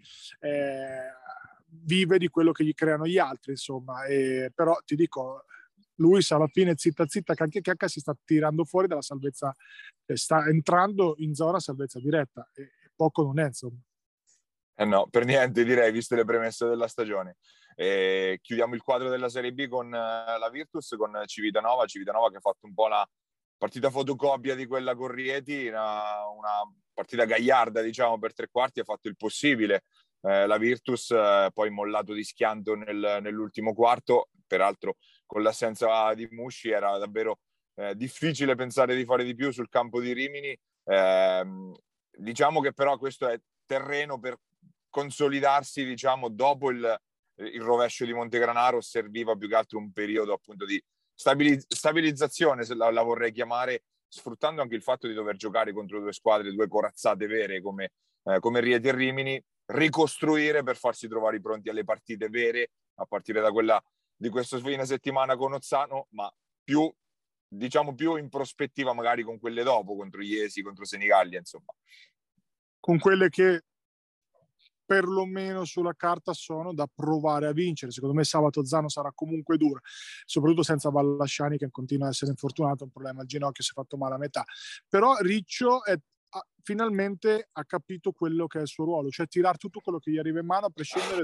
vive di quello che gli creano gli altri, insomma. Però ti dico, Luis alla fine zitta cacca si sta tirando fuori dalla salvezza, sta entrando in zona salvezza diretta e poco non è, insomma. No, per niente direi, viste le premesse della stagione. Chiudiamo il quadro della Serie B con la Virtus, con Civitanova che ha fatto un po' la partita fotocopia di quella con Rieti, una partita gagliarda, diciamo, per 3/4, ha fatto il possibile. La Virtus poi mollato di schianto nell'ultimo quarto, peraltro con l'assenza di Musci era davvero difficile pensare di fare di più sul campo di Rimini. Diciamo che però questo è terreno per consolidarsi, diciamo, dopo il rovescio di Montegranaro. Serviva più che altro un periodo appunto di stabilizzazione, se la vorrei chiamare, sfruttando anche il fatto di dover giocare contro 2 squadre, 2 corazzate vere come Rieti e Rimini, ricostruire per farsi trovare pronti alle partite vere, a partire da quella di questo fine settimana con Ozzano, ma più in prospettiva magari con quelle dopo, contro Iesi, contro Senigallia, insomma. Con quelle che perlomeno sulla carta sono da provare a vincere. Secondo me sabato Ozzano sarà comunque dura, soprattutto senza Vallasciani che continua a essere infortunato, un problema al ginocchio, si è fatto male a metà. Però Riccio finalmente ha capito quello che è il suo ruolo, cioè tirare tutto quello che gli arriva in mano, a prescindere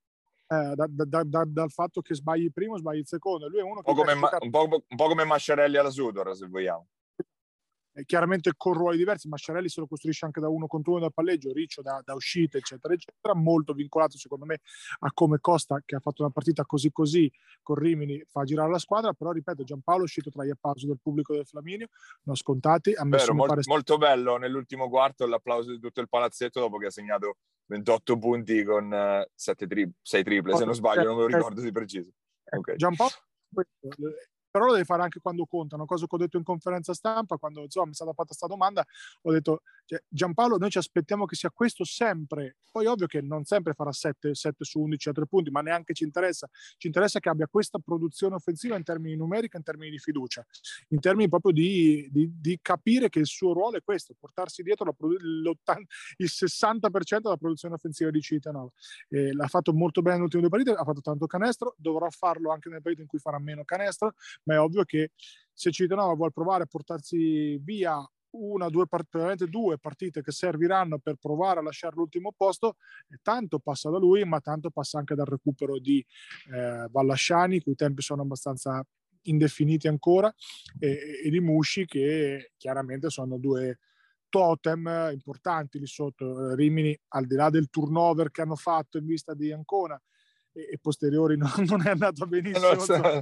dal fatto che sbagli il primo, sbagli il secondo. Lui è uno che un po' come Masciarelli alla Sudor, se vogliamo. Chiaramente con ruoli diversi. Masciarelli se lo costruisce anche da 1 contro 1 dal palleggio, Riccio da uscite eccetera eccetera, molto vincolato secondo me a come Costa, che ha fatto una partita così con Rimini, fa girare la squadra. Però ripeto, Giampaolo è uscito tra gli applausi del pubblico del Flaminio, non scontati, ha messo molto bello nell'ultimo quarto l'applauso di tutto il palazzetto dopo che ha segnato 28 punti con 6 triple, se non sbaglio, non me lo ricordo di preciso. Okay. Giampaolo però lo deve fare anche quando conta, una cosa che ho detto in conferenza stampa quando insomma mi è stata fatta questa domanda. Ho detto, cioè, Giampaolo, noi ci aspettiamo che sia questo sempre, poi ovvio che non sempre farà 7 su 11 a 3 punti, ma neanche ci interessa che abbia questa produzione offensiva in termini numerici, in termini di fiducia, in termini proprio di capire che il suo ruolo è questo, portarsi dietro il 60% della produzione offensiva di Civitanova. L'ha fatto molto bene nelle ultime 2 partite, ha fatto tanto canestro, dovrà farlo anche nelle partite in cui farà meno canestro, ma è ovvio che se Civitanova vuole provare a portarsi via 2 partite che serviranno per provare a lasciare l'ultimo posto, tanto passa da lui, ma tanto passa anche dal recupero di Vallasciani, i cui tempi sono abbastanza indefiniti ancora, e di Musci, che chiaramente sono 2 totem importanti lì sotto. Rimini, al di là del turnover che hanno fatto in vista di Ancona e posteriori, non è andato benissimo.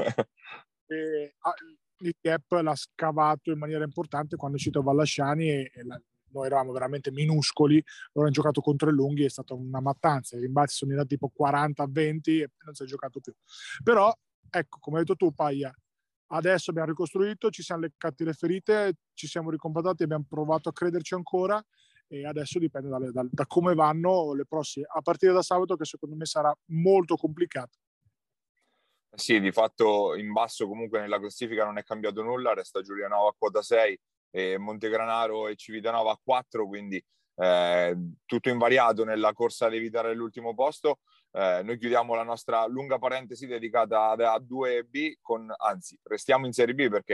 Il gap l'ha scavato in maniera importante quando è uscito Vallasciani noi eravamo veramente minuscoli, loro hanno giocato contro i lunghi, è stata una mattanza, i rimbalzi sono andati tipo 40-20 e non si è giocato più. Però ecco, come hai detto tu Paglia, adesso abbiamo ricostruito, ci siamo leccati le ferite, ci siamo ricompattati, abbiamo provato a crederci ancora, e adesso dipende da come vanno le prossime, a partire da sabato, che secondo me sarà molto complicato. Sì, di fatto in basso comunque nella classifica non è cambiato nulla, resta Giulianova a quota 6 e Montegranaro e Civitanova a 4, quindi tutto invariato nella corsa ad evitare l'ultimo posto. Noi chiudiamo la nostra lunga parentesi dedicata a 2B anzi, restiamo in Serie B perché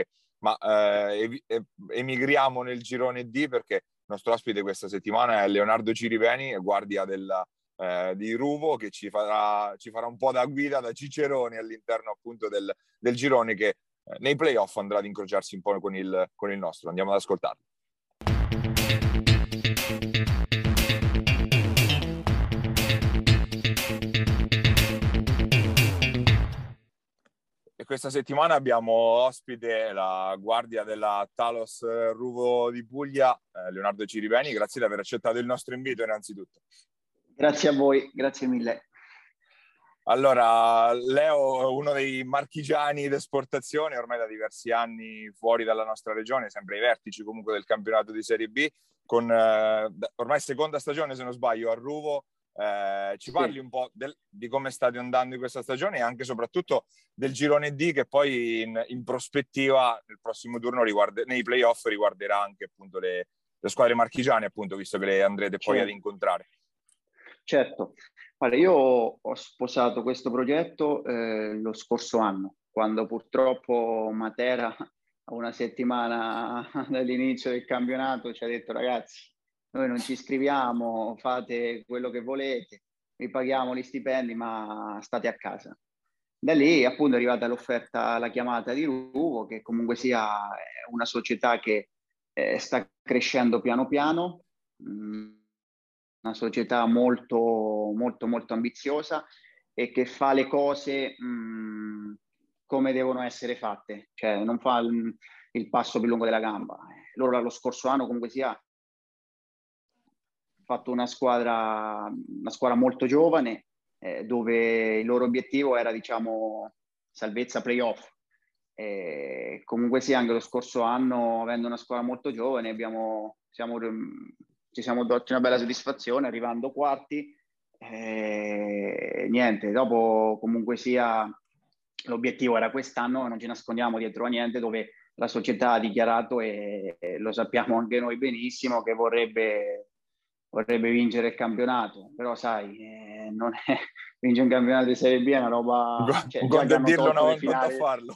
emigriamo nel girone D, perché il nostro ospite questa settimana è Leonardo Ciripeni, guardia di Ruvo, che ci farà un po' da guida, da cicerone all'interno appunto del girone, che nei playoff andrà ad incrociarsi un po' con il nostro. Andiamo ad ascoltarlo. questa settimana abbiamo ospite la guardia della Talos Ruvo di Puglia, Leonardo Ciribeni. Grazie di aver accettato il nostro invito innanzitutto. Grazie a voi, grazie mille. Allora, Leo è uno dei marchigiani d'esportazione, ormai da diversi anni fuori dalla nostra regione, sempre ai vertici comunque del campionato di Serie B, con ormai seconda stagione, se non sbaglio, a Ruvo. Ci parli un po' di come state andando in questa stagione e anche e soprattutto del girone D, che poi in prospettiva nel prossimo turno nei playoff riguarderà anche appunto le squadre marchigiane, appunto, visto che le andrete poi ad incontrare. Certo. Allora, io ho sposato questo progetto lo scorso anno, quando purtroppo Matera, a una settimana dall'inizio del campionato, ci ha detto: ragazzi, noi non ci iscriviamo, fate quello che volete, vi paghiamo gli stipendi, ma state a casa. Da lì appunto è arrivata l'offerta, la chiamata di Ruvo, che comunque sia una società che sta crescendo piano piano, una società molto ambiziosa e che fa le cose come devono essere fatte, cioè non fa il passo più lungo della gamba. Loro lo scorso anno comunque sia fatto una squadra molto giovane, dove il loro obiettivo era, diciamo, salvezza playoff. Comunque sia, anche lo scorso anno, avendo una squadra molto giovane, ci siamo dati una bella soddisfazione arrivando quarti. Niente, dopo comunque sia l'obiettivo era quest'anno, non ci nascondiamo dietro a niente, dove la società ha dichiarato, e lo sappiamo anche noi benissimo, che vorrebbe vincere il campionato. Però sai, non è, vincere un campionato di Serie B è una roba, cioè, già che hanno tolto le finali, farlo.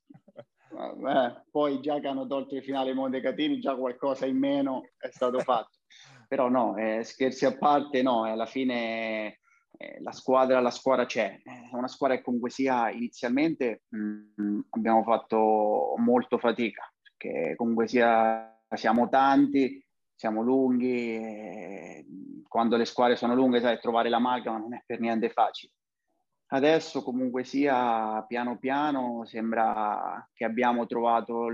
Poi già che hanno tolto le finali Montecatini, già qualcosa in meno è stato fatto. Però no, scherzi a parte, no, alla fine la squadra c'è. È una squadra che comunque sia inizialmente abbiamo fatto molto fatica, perché comunque sia siamo tanti, siamo lunghi, quando le squadre sono lunghe, sai, trovare l'amalgama non è per niente facile. Adesso comunque sia, piano piano, sembra che abbiamo trovato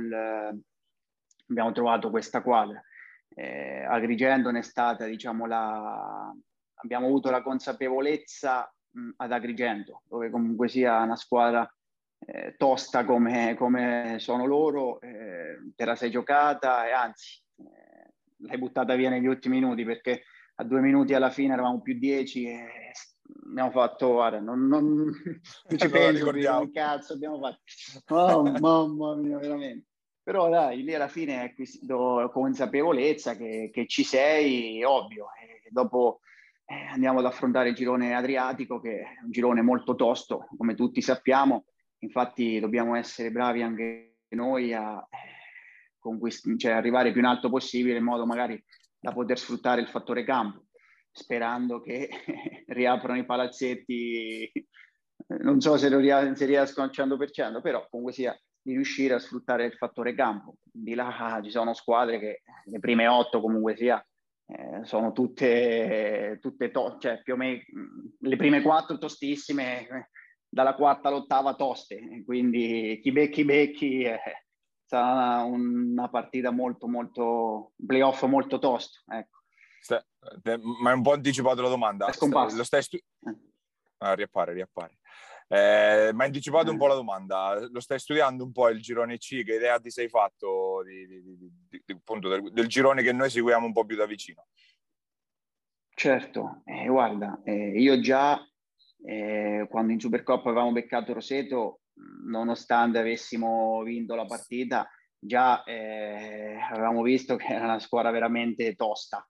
questa quadra. Agrigento è stata, diciamo, abbiamo avuto la consapevolezza ad Agrigento, dove comunque sia una squadra tosta come sono loro, te la sei giocata, e anzi l'hai buttata via negli ultimi minuti, perché a 2 minuti alla fine eravamo più 10 e abbiamo fatto, guarda, non ci penso, che cazzo abbiamo fatto. Oh, mamma mia, veramente. Però dai, lì alla fine hai acquisito consapevolezza che ci sei, ovvio. E dopo andiamo ad affrontare il girone Adriatico, che è un girone molto tosto, come tutti sappiamo. Infatti dobbiamo essere bravi anche noi a cioè arrivare più in alto possibile, in modo magari da poter sfruttare il fattore campo, sperando che riaprano i palazzetti. Non so se riescono al 100%, però comunque sia di riuscire a sfruttare il fattore campo. Di là ci sono squadre che le prime 8 comunque sia sono tutte cioè più o meno le prime 4 tostissime, dalla quarta all'ottava toste, quindi chi becchi sarà una partita molto un playoff molto tosto, ecco. Ma è un po' anticipato la domanda. È scomparso. Lo stai riappare. Ma hai anticipato un po' la domanda. Lo stai studiando un po' il girone C? Che idea ti sei fatto appunto, del girone che noi seguiamo un po' più da vicino? Certo, guarda, io già quando in Supercoppa avevamo beccato Roseto, nonostante avessimo vinto la partita, già avevamo visto che era una squadra veramente tosta.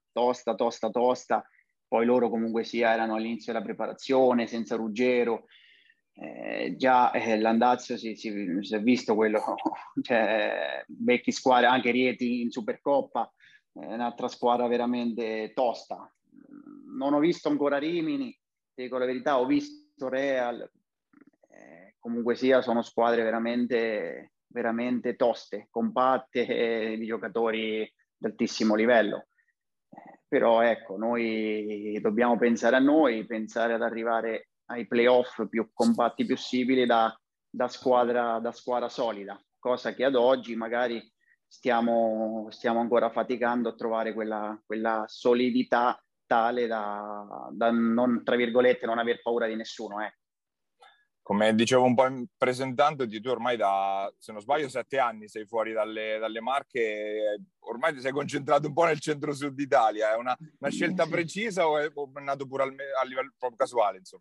Poi loro comunque sia erano all'inizio della preparazione, senza Ruggero. Già l'andazzo si è visto quello, cioè vecchi squadre, anche Rieti in Supercoppa, un'altra squadra veramente tosta. Non ho visto ancora Rimini, dico la verità, ho visto Real, comunque sia sono squadre veramente toste, compatte, di giocatori di altissimo livello. Però ecco, noi dobbiamo pensare a noi, pensare ad arrivare ai playoff più compatti possibili, da da squadra solida, cosa che ad oggi magari stiamo ancora faticando a trovare quella solidità tale da non, tra virgolette, non aver paura di nessuno. Come dicevo un po' presentando, tu ormai da, se non sbaglio, 7 anni sei fuori dalle Marche, ormai ti sei concentrato un po' nel centro-sud d'Italia. È una scelta precisa o è nato pure a livello proprio casuale, insomma?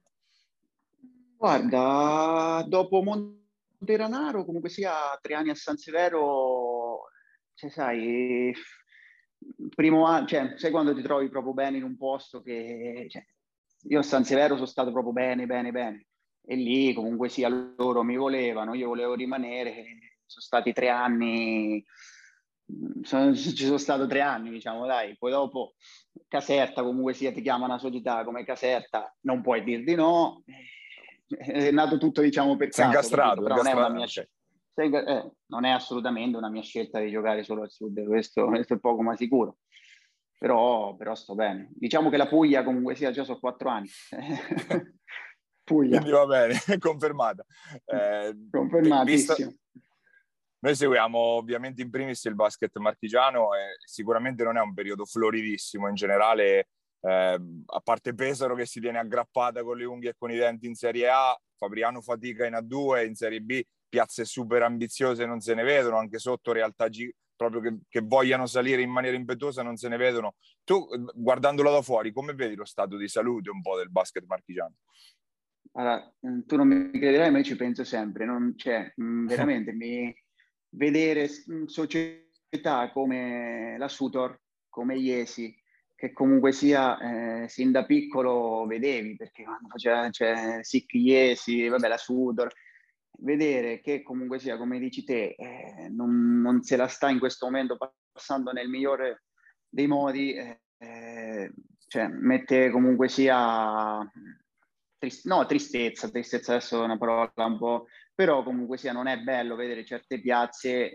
Guarda, dopo Monteranaro, comunque sia 3 anni a San Severo, cioè, sai, primo anno, cioè, sai quando ti trovi proprio bene in un posto che, cioè, io a San Severo sono stato proprio bene, bene, bene. E lì comunque sia loro mi volevano, io volevo rimanere, sono stati 3 anni, ci sono stato 3 anni, diciamo, dai. Poi dopo Caserta, comunque sia, ti chiama una società come Caserta, non puoi dir di no. È nato tutto, diciamo, per Sei caso, incastrato, però non è una mia okay. scelta. Non è assolutamente una mia scelta di giocare solo al sud, questo è poco ma sicuro. Però sto bene. Diciamo che la Puglia comunque sia già sono 4 anni. Puglia. Quindi va bene, confermata. Confermatissimo. Noi seguiamo ovviamente in primis il basket marchigiano e sicuramente non è un periodo floridissimo in generale, a parte Pesaro che si tiene aggrappata con le unghie e con i denti in Serie A, Fabriano fatica in A2, in Serie B piazze super ambiziose non se ne vedono, anche sotto realtà proprio che vogliano salire in maniera impetuosa non se ne vedono. Tu, guardandolo da fuori, come vedi lo stato di salute un po' del basket marchigiano? Allora, tu non mi crederai, ma io ci penso sempre, non c'è veramente vedere società come la Sutor, come Iesi, che comunque sia sin da piccolo vedevi, perché quando c'è Sic Iesi, vabbè, la Sutor, vedere che comunque sia, come dici te, non se la sta in questo momento passando nel migliore dei modi, cioè mette comunque sia tristezza adesso è una parola un po', però comunque sia non è bello vedere certe piazze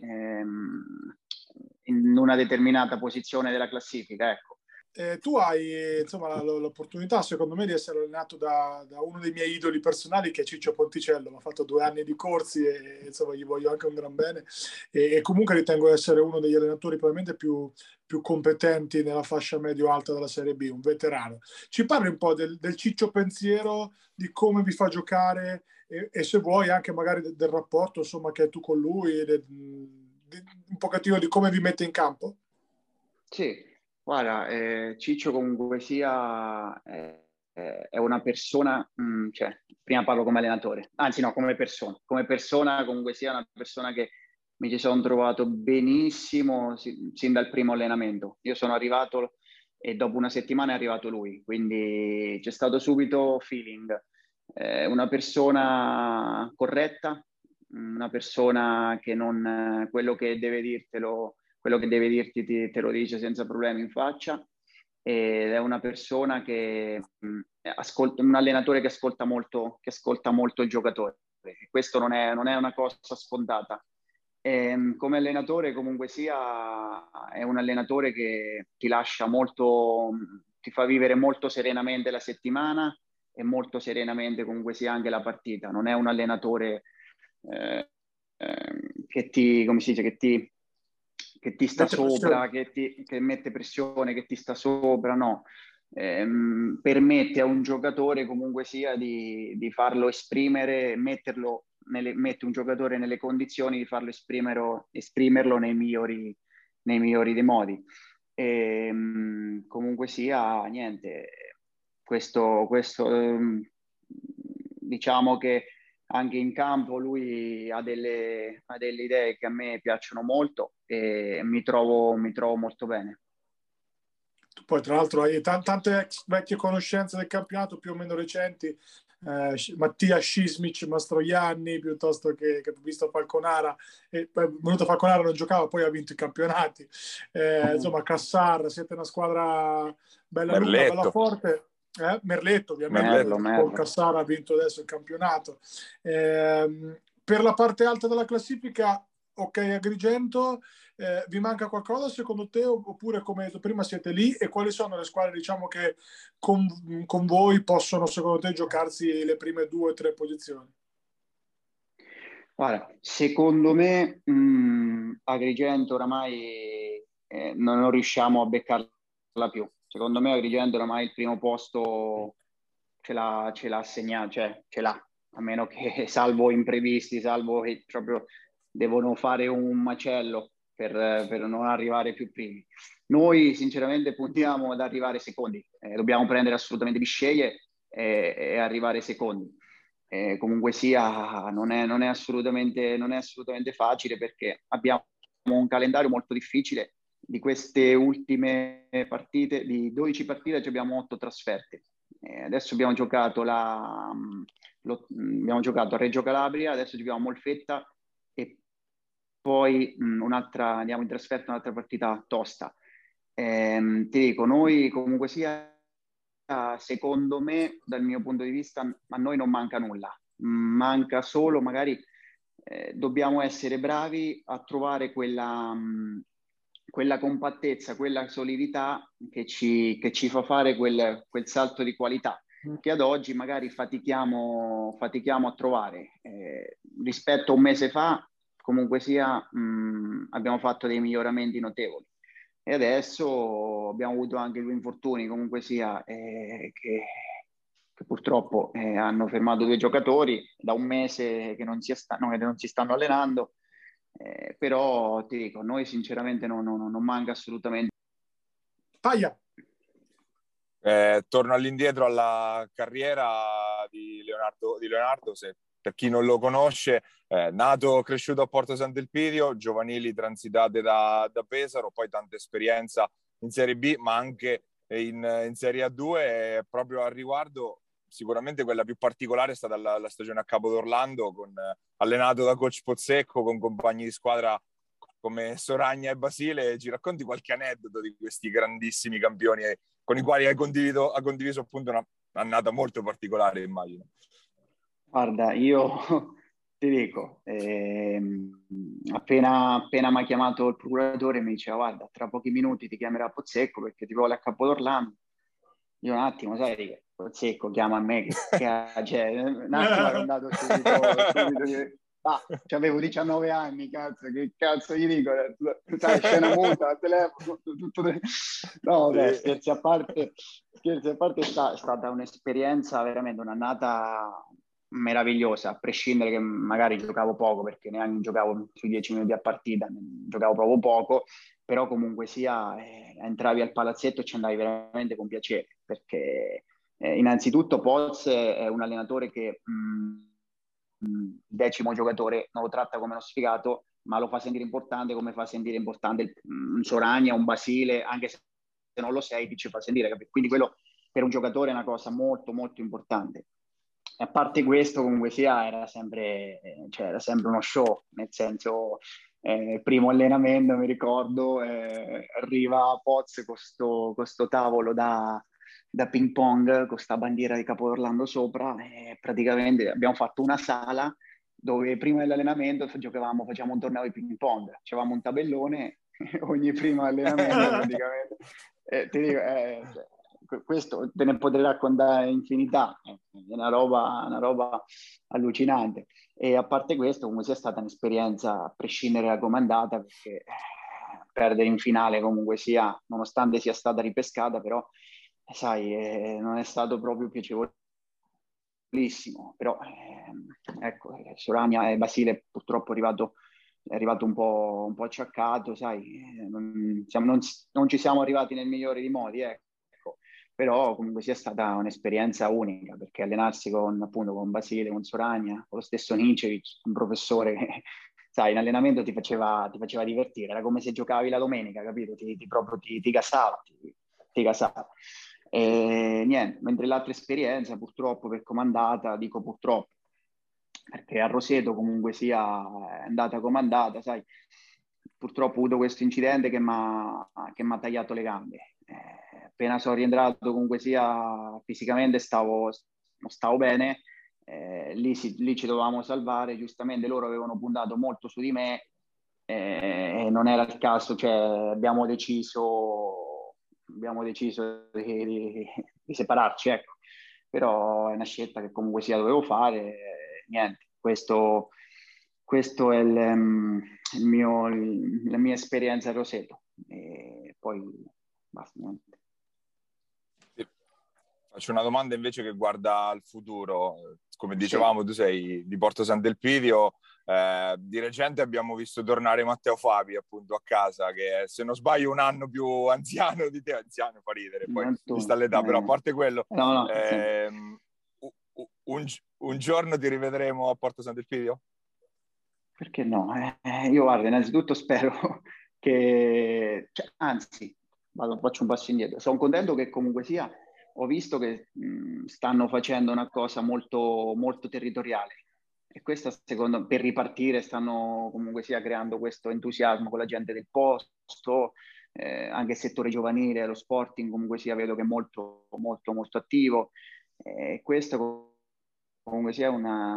in una determinata posizione della classifica, ecco. Tu hai insomma l'opportunità, secondo me, di essere allenato da uno dei miei idoli personali, che è Ciccio Ponticello. Mi ha fatto 2 anni di corsi e insomma gli voglio anche un gran bene. E comunque ritengo essere uno degli allenatori probabilmente più competenti nella fascia medio-alta della Serie B, un veterano. Ci parli un po' del Ciccio pensiero, di come vi fa giocare e se vuoi anche magari del rapporto insomma che hai tu con lui, un pochettino di come vi mette in campo? Sì. Guarda, Ciccio comunque sia è una persona, cioè, prima parlo come allenatore, anzi no, come persona comunque sia una persona che mi ci sono trovato benissimo sin dal primo allenamento. Io sono arrivato e dopo una settimana è arrivato lui, quindi c'è stato subito feeling. Una persona corretta, una persona che non quello che deve dirtelo, quello che deve dirti te lo dice senza problemi in faccia, ed è una persona che un allenatore che ascolta molto il giocatore. Questo non è una cosa scontata. Come allenatore comunque sia è un allenatore che ti lascia molto, ti fa vivere molto serenamente la settimana e molto serenamente comunque sia anche la partita. Non è un allenatore che ti, come si dice, che ti sta sopra, che mette pressione, che ti sta sopra, no. Permette a un giocatore comunque sia di farlo esprimere, mette un giocatore nelle condizioni di farlo esprimerlo nei migliori dei modi. Comunque sia, niente, questo diciamo che anche in campo lui ha delle idee che a me piacciono molto e mi trovo molto bene. Tu poi tra l'altro hai tante vecchie conoscenze del campionato più o meno recenti, Mattia Scismic, Mastroianni, piuttosto che visto Falconara, venuto Falconara non giocava, poi ha vinto i campionati, insomma Cassar, siete una squadra bella lunga, bella forte. Merletto ovviamente, Merlo. con Cassara ha vinto adesso il campionato. Per la parte alta della classifica, ok, Agrigento, vi manca qualcosa secondo te, oppure come detto prima siete lì, e quali sono le squadre diciamo che con voi possono secondo te giocarsi le prime 2 o 3 posizioni? Guarda, secondo me Agrigento oramai non riusciamo a beccarla più. Secondo me Agrigento oramai il primo posto ce l'ha assegnato, cioè ce l'ha, a meno che salvo imprevisti, salvo che proprio devono fare un macello per non arrivare più primi. Noi sinceramente puntiamo ad arrivare secondi, dobbiamo prendere assolutamente Bisceglie e arrivare secondi. Comunque sia, non è assolutamente facile, perché abbiamo un calendario molto difficile. Di queste ultime partite, di 12 partite, abbiamo 8 trasferte. Adesso abbiamo giocato abbiamo giocato a Reggio Calabria, adesso giochiamo a Molfetta e poi andiamo in trasferta, un'altra partita tosta. Ti dico, noi comunque sia, secondo me, dal mio punto di vista, a noi non manca nulla. Manca solo, magari dobbiamo essere bravi a trovare quella compattezza, quella solidità che ci fa fare quel salto di qualità che ad oggi magari fatichiamo a trovare. Rispetto a un mese fa, comunque sia, abbiamo fatto dei miglioramenti notevoli. E adesso abbiamo avuto anche 2 infortuni, comunque sia, che purtroppo hanno fermato 2 giocatori da un mese che non si stanno allenando. Però ti dico, noi sinceramente non manca assolutamente. Taglia. Torno all'indietro alla carriera di Leonardo, se per chi non lo conosce, nato, cresciuto a Porto Sant'Elpidio, giovanili transitate da Pesaro, poi tanta esperienza in Serie B, ma anche in Serie A2. E proprio al riguardo, sicuramente quella più particolare è stata la stagione a Capo d'Orlando, allenato da coach Pozzecco, con compagni di squadra come Soragna e Basile. Ci racconti qualche aneddoto di questi grandissimi campioni con i quali hai condiviso appunto un'annata molto particolare, immagino? Guarda, io ti dico, appena mi ha chiamato il procuratore, mi diceva: guarda, tra pochi minuti ti chiamerà Pozzecco perché ti vuole a Capo d'Orlando. Io un attimo, sai, Pozzecco chiama a me, cioè, un attimo ero andato subito. Avevo 19 anni, cazzo, che cazzo gli dico? Sai, scena muta, al telefono, No, beh, scherzi a parte, è stata un'esperienza, veramente un'annata meravigliosa, a prescindere che magari giocavo poco, perché neanche giocavo sui 10 minuti a partita, giocavo proprio poco, però comunque sia, entravi al palazzetto e ci andavi veramente con piacere, perché innanzitutto Poz è un allenatore che decimo giocatore non lo tratta come uno sfigato, ma lo fa sentire importante, come fa sentire importante un Soragna, un Basile, anche se non lo sei, ti ci fa sentire, capito? Quindi quello per un giocatore è una cosa molto molto importante. E a parte questo, comunque sia, era sempre uno show, nel senso, primo allenamento, mi ricordo, arriva Poz con sto tavolo da ping pong, con questa bandiera di Capo d'Orlando sopra, e praticamente abbiamo fatto una sala dove prima dell'allenamento facciamo un torneo di ping pong, c'avevamo un tabellone ogni primo allenamento praticamente. Ti dico, questo te ne potrei raccontare infinità, è una roba allucinante. E a parte questo, comunque sia stata un'esperienza a prescindere da come è andata, perché perdere in finale comunque sia, nonostante sia stata ripescata, però sai, non è stato proprio piacevolissimo. Però ecco, Soragna e Basile purtroppo è arrivato un po' acciaccato, sai, non ci siamo arrivati nel migliore dei modi, ecco. Però comunque sia stata un'esperienza unica, perché allenarsi appunto con Basile, con Soragna, con lo stesso Nincevic, un professore che, sai, in allenamento ti faceva divertire, era come se giocavi la domenica, capito? Ti gasava. E niente, mentre l'altra esperienza, purtroppo, per com'è andata, dico purtroppo, perché a Roseto comunque sia è andata come è andata, sai, purtroppo ho avuto questo incidente che mi ha tagliato le gambe. Appena sono rientrato comunque sia fisicamente non stavo bene, lì ci dovevamo salvare, giustamente loro avevano puntato molto su di me, e non era il caso, cioè abbiamo deciso di separarci, ecco. Però è una scelta che comunque sia dovevo fare, niente, questo questo è la mia esperienza a Roseto. E poi basta, niente. Faccio una domanda invece che guarda al futuro. Come dicevamo, tu sei di Porto Sant'Elpidio. Di recente abbiamo visto tornare Matteo Fabi appunto a casa, che è, se non sbaglio, un anno più anziano di te. Anziano fa ridere, poi vista l'età, però a parte quello, un giorno ti rivedremo a Porto Sant'Elpidio? Perché no? Io guarda, innanzitutto spero che... anzi, faccio un passo indietro. Sono contento che comunque sia... Ho visto che stanno facendo una cosa molto, molto territoriale, e questa, secondo me, per ripartire stanno comunque sia creando questo entusiasmo con la gente del posto, anche il settore giovanile, lo Sporting comunque sia, vedo che è molto, molto, molto attivo. Questo comunque sia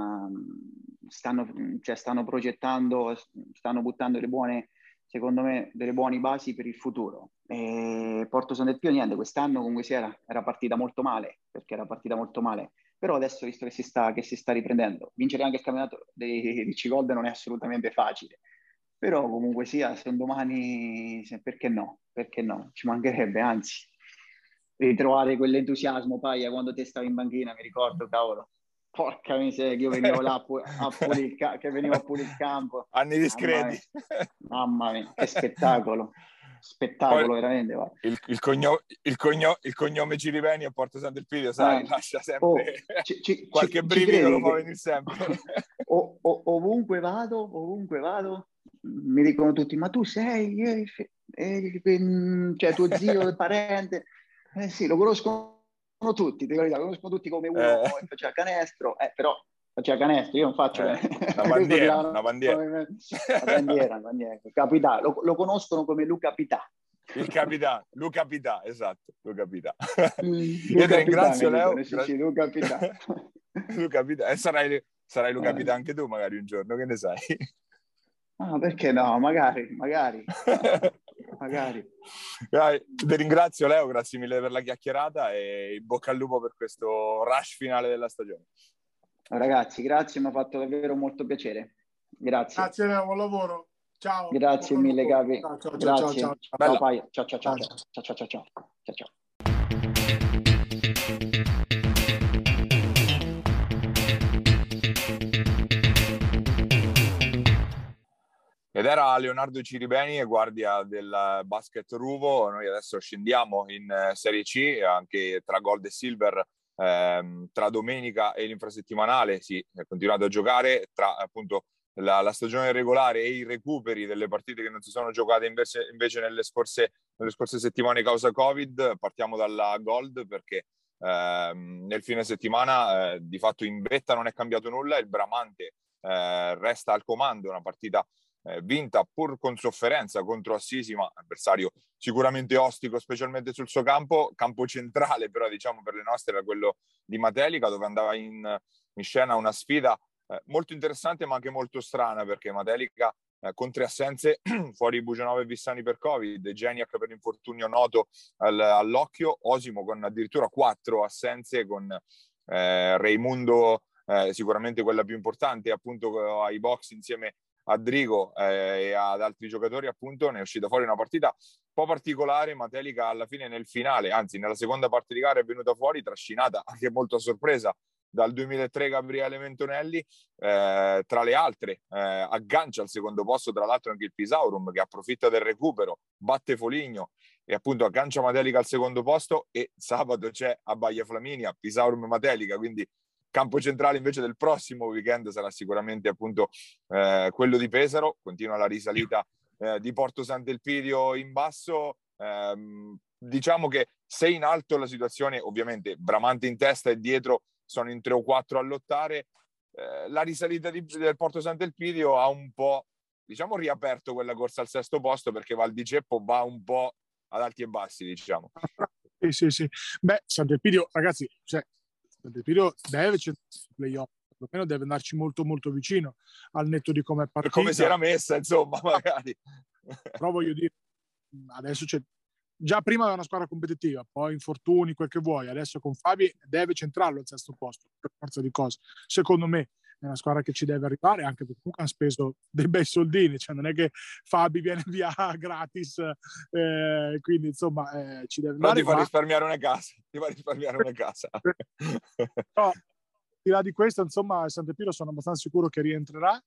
stanno progettando, stanno buttando secondo me, delle buone basi per il futuro. Porto Sant'Elpidio, niente, quest'anno comunque sia era partita molto male, però adesso, visto che si sta riprendendo, vincere anche il campionato di C-Gold non è assolutamente facile, però comunque sia, se un domani, perché no, ci mancherebbe, anzi, ritrovare quell'entusiasmo, Paia, quando te stavi in banchina, mi ricordo, cavolo, porca miseria, che io venivo là a pulire il campo. Anni discreti. Mamma mia, che spettacolo. Spettacolo. Poi, veramente. Il cognome Ciribeni a Porto Sant'Elpidio, sai, lascia sempre qualche brivido, lo fa venire sempre. Ovunque vado, mi dicono tutti, ma tu sei cioè tuo zio, il parente? Sì, lo conoscono tutti, lo conoscono tutti come uno che faceva canestro, però faceva canestro, io non faccio una bandiera. Capità, lo conoscono come Luca Pità. Il capitano, Luca Pità, esatto, Luca Pità. Io ti ringrazio, Leo. Sì, Luca Pità. Luca Pità. E sarai Luca Pità anche tu magari un giorno, che ne sai? Ah, perché no? Magari. Dai, ti ringrazio, Leo, grazie mille per la chiacchierata e in bocca al lupo per questo rush finale della stagione. Ragazzi, grazie, mi ha fatto davvero molto piacere. Grazie. Grazie, Leo, buon lavoro. Ciao. Grazie mille, Capi. Ciao. Grazie. Ciao, Paia. Ciao. Ed era Leonardo Ciribeni, guardia del basket Ruvo. Noi adesso scendiamo in Serie C, anche tra Gold e Silver. Tra domenica e l'infrasettimanale si è continuato a giocare, tra appunto la stagione regolare e i recuperi delle partite che non si sono giocate invece nelle scorse settimane causa Covid. Partiamo dalla Gold perché nel fine settimana di fatto in vetta non è cambiato nulla, il Bramante resta al comando, una partita vinta pur con sofferenza contro Assisi, avversario sicuramente ostico, specialmente sul suo campo centrale, però diciamo per le nostre era quello di Matelica, dove andava in scena una sfida molto interessante ma anche molto strana, perché Matelica con 3 assenze fuori Bugianova e Vissani per Covid, Geniac per infortunio noto all'occhio, Osimo con addirittura 4 assenze, con Reimundo sicuramente quella più importante appunto ai box insieme a Drigo e ad altri giocatori, appunto ne è uscita fuori una partita un po' particolare. Matelica alla fine nel finale, anzi nella seconda parte di gara, è venuta fuori trascinata anche molto a sorpresa dal 2003 Gabriele Mentonelli, tra le altre aggancia al secondo posto tra l'altro anche il Pisaurum, che approfitta del recupero, batte Foligno e appunto aggancia Matelica al secondo posto, e sabato c'è a Baia Flaminia Pisaurum Matelica, quindi campo centrale invece del prossimo weekend sarà sicuramente appunto quello di Pesaro. Continua la risalita di Porto Sant'Elpidio in basso. Diciamo che se in alto la situazione, ovviamente Bramante in testa e dietro sono in 3 o 4 a lottare, la risalita del Porto Sant'Elpidio ha un po', diciamo, riaperto quella corsa al sesto posto, perché Val di Ceppo va un po' ad alti e bassi, diciamo. Sì. Beh, Sant'Elpidio, ragazzi, Sant'Elpidio deve playoff, perlomeno deve andarci molto molto vicino, al netto di come è partita. Per come si era messa, insomma, magari. Però voglio dire, adesso già prima aveva una squadra competitiva, poi infortuni, quel che vuoi, adesso con Fabi deve centrarlo al sesto posto, per forza di cose, secondo me. è una squadra che ci deve arrivare, anche perché comunque hanno speso dei bei soldini, cioè non è che Fabi viene via gratis, quindi insomma ci deve però andare. Ti fa risparmiare una casa. No, al di là di questo, insomma, Sant'Epiro sono abbastanza sicuro che rientrerà.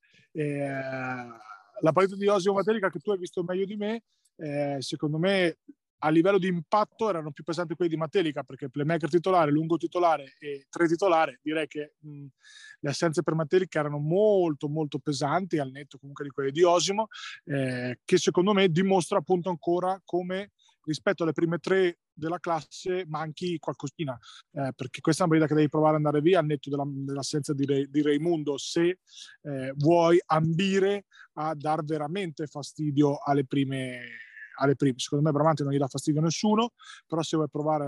La partita di Osimo Matelica che tu hai visto meglio di me, secondo me a livello di impatto erano più pesanti quelli di Matelica, perché playmaker titolare, lungo titolare e 3 titolare, direi che le assenze per Matelica erano molto molto pesanti, al netto comunque di quelle di Osimo, che secondo me dimostra appunto ancora come rispetto alle prime 3 della classe manchi qualcosina, perché questa è una partita che devi provare ad andare via al netto dell'assenza di Raimundo, se vuoi ambire a dar veramente fastidio alle prime. Secondo me Bramante non gli dà fastidio a nessuno, però se vuoi provare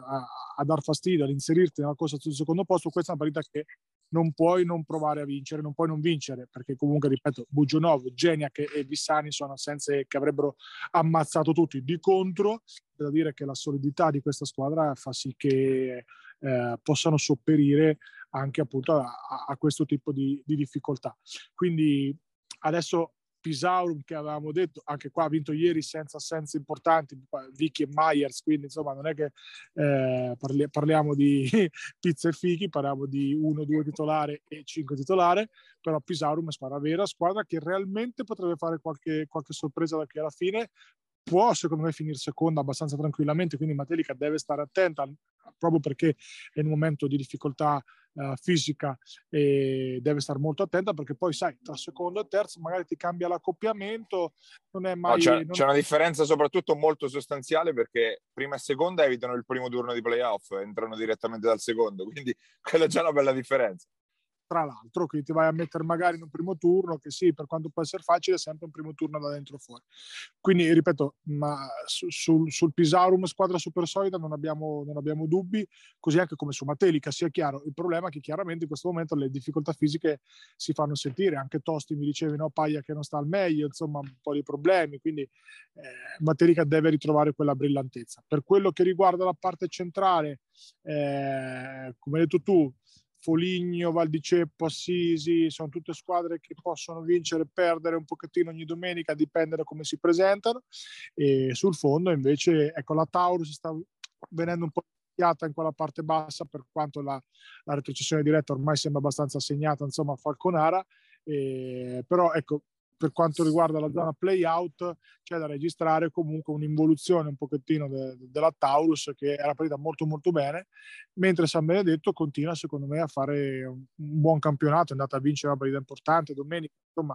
a dar fastidio, ad inserirti nella corsa sul secondo posto, questa è una partita che non puoi non provare a vincere, non puoi non vincere, perché comunque, ripeto, Bugionov, Geniak e Vissani sono assenze che avrebbero ammazzato tutti. Di contro, da dire che la solidità di questa squadra fa sì che possano sopperire anche appunto a questo tipo di difficoltà. Quindi adesso Pisaurum, che avevamo detto, anche qua ha vinto ieri senza assenze importanti, Vicky e Myers, quindi insomma non è che parliamo di pizza e fichi, parliamo di 1-2 titolare e 5 titolare, però Pisaurum è squadra vera, squadra che realmente potrebbe fare qualche sorpresa, perché alla fine può secondo me finire seconda abbastanza tranquillamente, quindi Matelica deve stare attenta proprio perché è in un momento di difficoltà fisica e deve stare molto attenta, perché poi sai, tra secondo e terzo magari ti cambia l'accoppiamento, non è mai... No, c'è una differenza soprattutto molto sostanziale, perché prima e seconda evitano il primo turno di playoff, entrano direttamente dal secondo, quindi quella è già una bella differenza. Tra l'altro, quindi ti vai a mettere magari in un primo turno, che sì, per quanto può essere facile, è sempre un primo turno da dentro fuori. Quindi, ripeto, ma sul Pisaurum, squadra super solida, non abbiamo dubbi, così anche come su Matelica, sia chiaro. Il problema è che chiaramente in questo momento le difficoltà fisiche si fanno sentire, anche Tosti mi dicevi, no, Paglia che non sta al meglio, insomma, un po' di problemi, quindi Matelica deve ritrovare quella brillantezza. Per quello che riguarda la parte centrale, come hai detto tu, Foligno, Val di Ceppo, Assisi, sono tutte squadre che possono vincere e perdere un pochettino ogni domenica, a dipendere da come si presentano. E sul fondo invece, ecco, la Taurus sta venendo un po' in quella parte bassa, per quanto la retrocessione diretta ormai sembra abbastanza assegnata, insomma, a Falconara, però ecco, per quanto riguarda la zona play-out c'è da registrare comunque un'involuzione un pochettino della Taurus, che era partita molto molto bene, mentre San Benedetto continua secondo me a fare un buon campionato, è andata a vincere una partita importante domenica, insomma,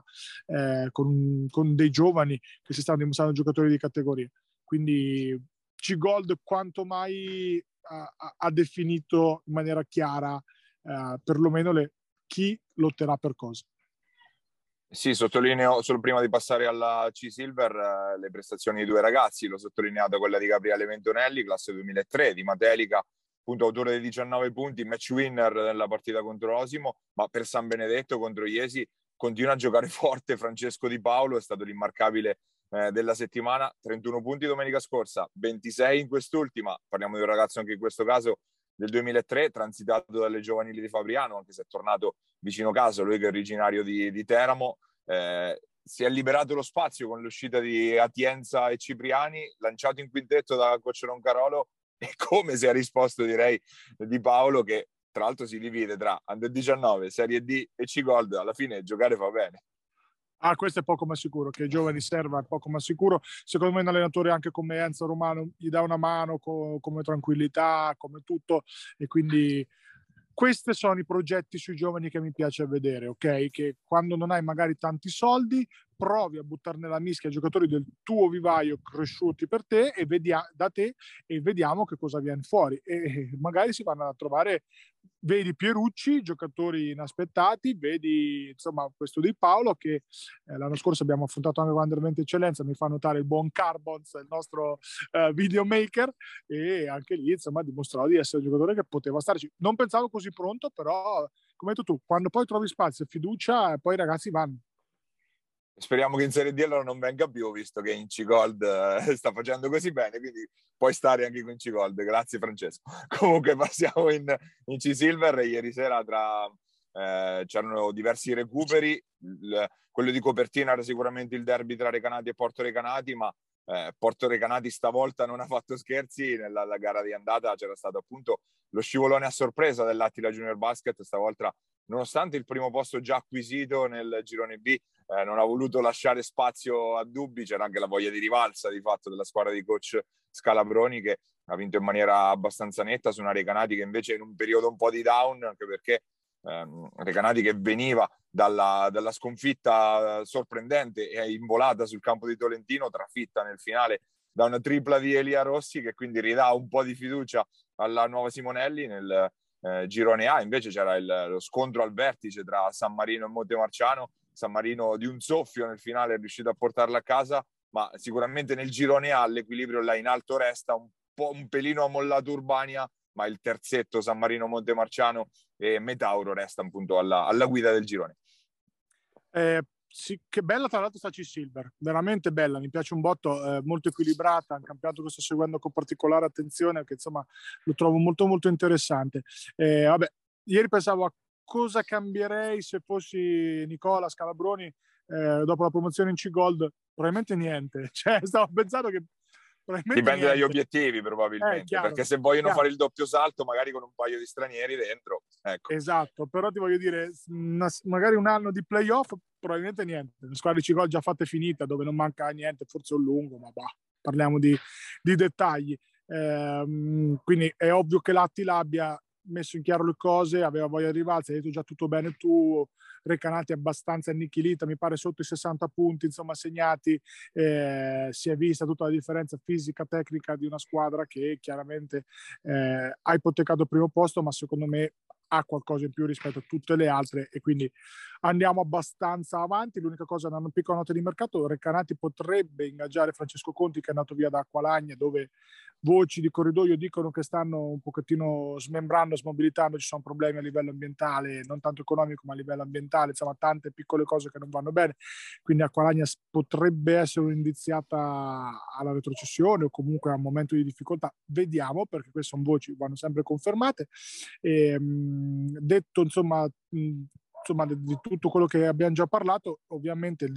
con dei giovani che si stanno dimostrando giocatori di categoria. Quindi C-Gold quanto mai ha definito in maniera chiara perlomeno chi lotterà per cosa. Sì, sottolineo solo prima di passare alla C-Silver le prestazioni dei 2 ragazzi, l'ho sottolineata quella di Gabriele Ventonelli, classe 2003, di Matelica, appunto autore dei 19 punti, match winner nella partita contro Osimo, ma per San Benedetto contro Iesi continua a giocare forte Francesco Di Paolo, è stato l'immarcabile della settimana, 31 punti domenica scorsa, 26 in quest'ultima, parliamo di un ragazzo anche in questo caso del 2003, transitato dalle giovanili di Fabriano, anche se è tornato vicino casa, lui che è originario di Teramo. Si è liberato lo spazio con l'uscita di Atienza e Cipriani, lanciato in quintetto da coach Roncarolo, e come si è risposto, direi, Di Paolo, che tra l'altro si divide tra Under 19, Serie D e C-Gold, alla fine giocare fa bene. Questo è poco ma sicuro, che i giovani serva è poco ma sicuro. Secondo me un allenatore anche come Enzo Romano gli dà una mano come tranquillità, come tutto, e quindi questi sono i progetti sui giovani che mi piace vedere, ok? Che quando non hai magari tanti soldi provi a buttare nella mischia giocatori del tuo vivaio cresciuti per te e da te, e vediamo che cosa viene fuori, e magari si vanno a trovare, vedi Pierucci, giocatori inaspettati, vedi insomma questo Di Paolo che l'anno scorso abbiamo affrontato anche con Under 20 Eccellenza, mi fa notare il buon Carbons, il nostro videomaker, e anche lì insomma dimostrava di essere un giocatore che poteva starci. Non pensavo così pronto, però come hai detto tu, quando poi trovi spazio e fiducia, poi i ragazzi vanno. Speriamo che in Serie D allora non venga più, visto che in C-Gold sta facendo così bene, quindi puoi stare anche con C-Gold. Grazie Francesco. Comunque passiamo in C-Silver. Ieri sera tra c'erano diversi recuperi. Quello di copertina era sicuramente il derby tra Recanati e Porto Recanati, ma Porto Recanati stavolta non ha fatto scherzi. Nella gara di andata c'era stato appunto lo scivolone a sorpresa dell'Attila Junior Basket. Stavolta, nonostante il primo posto già acquisito nel girone B, non ha voluto lasciare spazio a dubbi. C'era anche la voglia di rivalsa di fatto della squadra di coach Scalabroni, che ha vinto in maniera abbastanza netta su una Recanati che invece in un periodo un po' di down, anche perché Recanati che veniva dalla sconfitta sorprendente e involata sul campo di Tolentino, trafitta nel finale da una tripla di Elia Rossi, che quindi ridà un po' di fiducia alla nuova Simonelli. Nel girone A invece c'era lo scontro al vertice tra San Marino e Montemarciano. San Marino di un soffio nel finale è riuscito a portarla a casa, ma sicuramente nel girone A l'equilibrio là in alto resta un pelino ammollato Urbania, ma il terzetto San Marino, Montemarciano e Metauro resta appunto alla guida del girone. Sì, che bella tra l'altro sta C-Silver, veramente bella, mi piace un botto, molto equilibrata, un campionato che sto seguendo con particolare attenzione, che insomma lo trovo molto molto interessante. Vabbè, ieri pensavo a cosa cambierei se fossi Nicola Scalabroni dopo la promozione in C-Gold, probabilmente niente, cioè stavo pensando che dipende dagli obiettivi probabilmente, chiaro, perché se vogliono fare il doppio salto magari con un paio di stranieri dentro, ecco. Esatto, però ti voglio dire, magari un anno di playoff probabilmente niente, le squadre di C-Gold già fatte finita dove non manca niente, forse un lungo, ma parliamo di dettagli. Quindi è ovvio che l'Attila abbia messo in chiaro le cose, aveva voglia di rivalsa, hai detto già tutto bene tu. Recanati abbastanza annichilita, mi pare sotto i 60 punti insomma segnati, si è vista tutta la differenza fisica tecnica di una squadra che chiaramente ha ipotecato il primo posto, ma secondo me ha qualcosa in più rispetto a tutte le altre e quindi andiamo abbastanza avanti. L'unica cosa, una piccola nota di mercato: Recanati potrebbe ingaggiare Francesco Conti, che è andato via da Acqualagna, dove voci di corridoio dicono che stanno un pochettino smembrando, smobilitando, ci sono problemi a livello ambientale, non tanto economico ma a livello ambientale, insomma tante piccole cose che non vanno bene, quindi Acqualagna potrebbe essere un'indiziata alla retrocessione o comunque a un momento di difficoltà, vediamo, perché queste sono voci, vanno sempre confermate. Detto insomma di tutto quello che abbiamo già parlato, ovviamente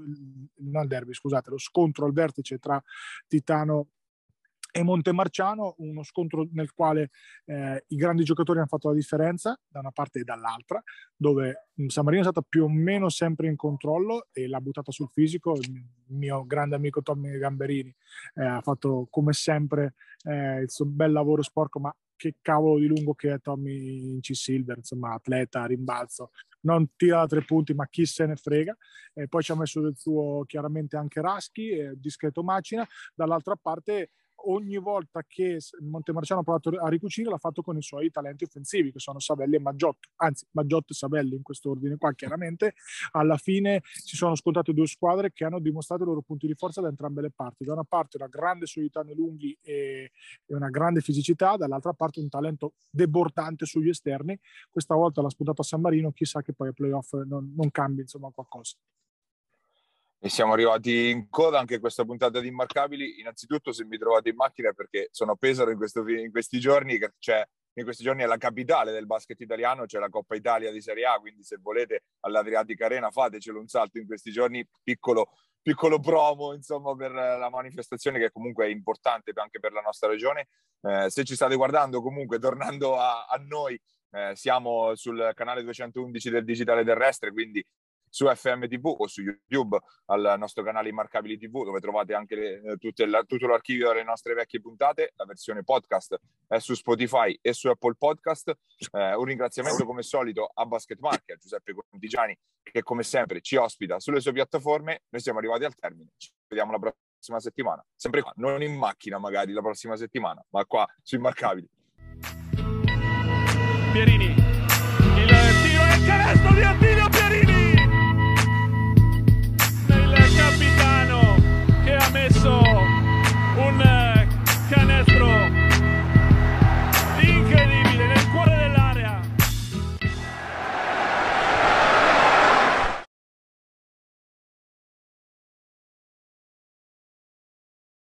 lo scontro al vertice tra Titano e Montemarciano, uno scontro nel quale i grandi giocatori hanno fatto la differenza da una parte e dall'altra, dove San Marino è stata più o meno sempre in controllo e l'ha buttata sul fisico. Il mio grande amico Tommy Gamberini ha fatto come sempre il suo bel lavoro sporco, ma che cavolo di lungo che è Tommy in C-Silver, insomma atleta, rimbalzo, non tira da 3 punti ma chi se ne frega. Poi ci ha messo del suo chiaramente anche Raschi, discreto Macina. Dall'altra parte ogni volta che Montemarciano ha provato a ricucire l'ha fatto con i suoi talenti offensivi, che sono Savelli e Maggiotto, anzi Maggiotto e Savelli in questo ordine qua. Chiaramente alla fine si sono scontrate due squadre che hanno dimostrato i loro punti di forza da entrambe le parti: da una parte una grande solidità nei lunghi e una grande fisicità, dall'altra parte un talento debordante sugli esterni. Questa volta l'ha spuntato a San Marino, chissà che poi a playoff non cambi insomma qualcosa. E siamo arrivati in coda anche questa puntata di Immarcabili. Innanzitutto, se mi trovate in macchina è perché sono a Pesaro in questi giorni, che c'è in questi giorni è la capitale del basket italiano, c'è la Coppa Italia di Serie A, quindi se volete all'Adriatica Arena fatecelo un salto in questi giorni, piccolo promo insomma per la manifestazione, che comunque è importante anche per la nostra regione. Se ci state guardando, comunque tornando a noi, siamo sul canale 211 del Digitale Terrestre, quindi su FM TV o su YouTube al nostro canale Immarcabili TV, dove trovate anche tutto l'archivio delle nostre vecchie puntate. La versione podcast è su Spotify e su Apple Podcast. Un ringraziamento come solito a Basket Market, a Giuseppe Contigiani, che come sempre ci ospita sulle sue piattaforme. Noi siamo arrivati al termine, ci vediamo la prossima settimana, sempre qua, non in macchina magari la prossima settimana, ma qua su Immarcabili. Pierini, il tiro e il canestro di Attilio Pierini.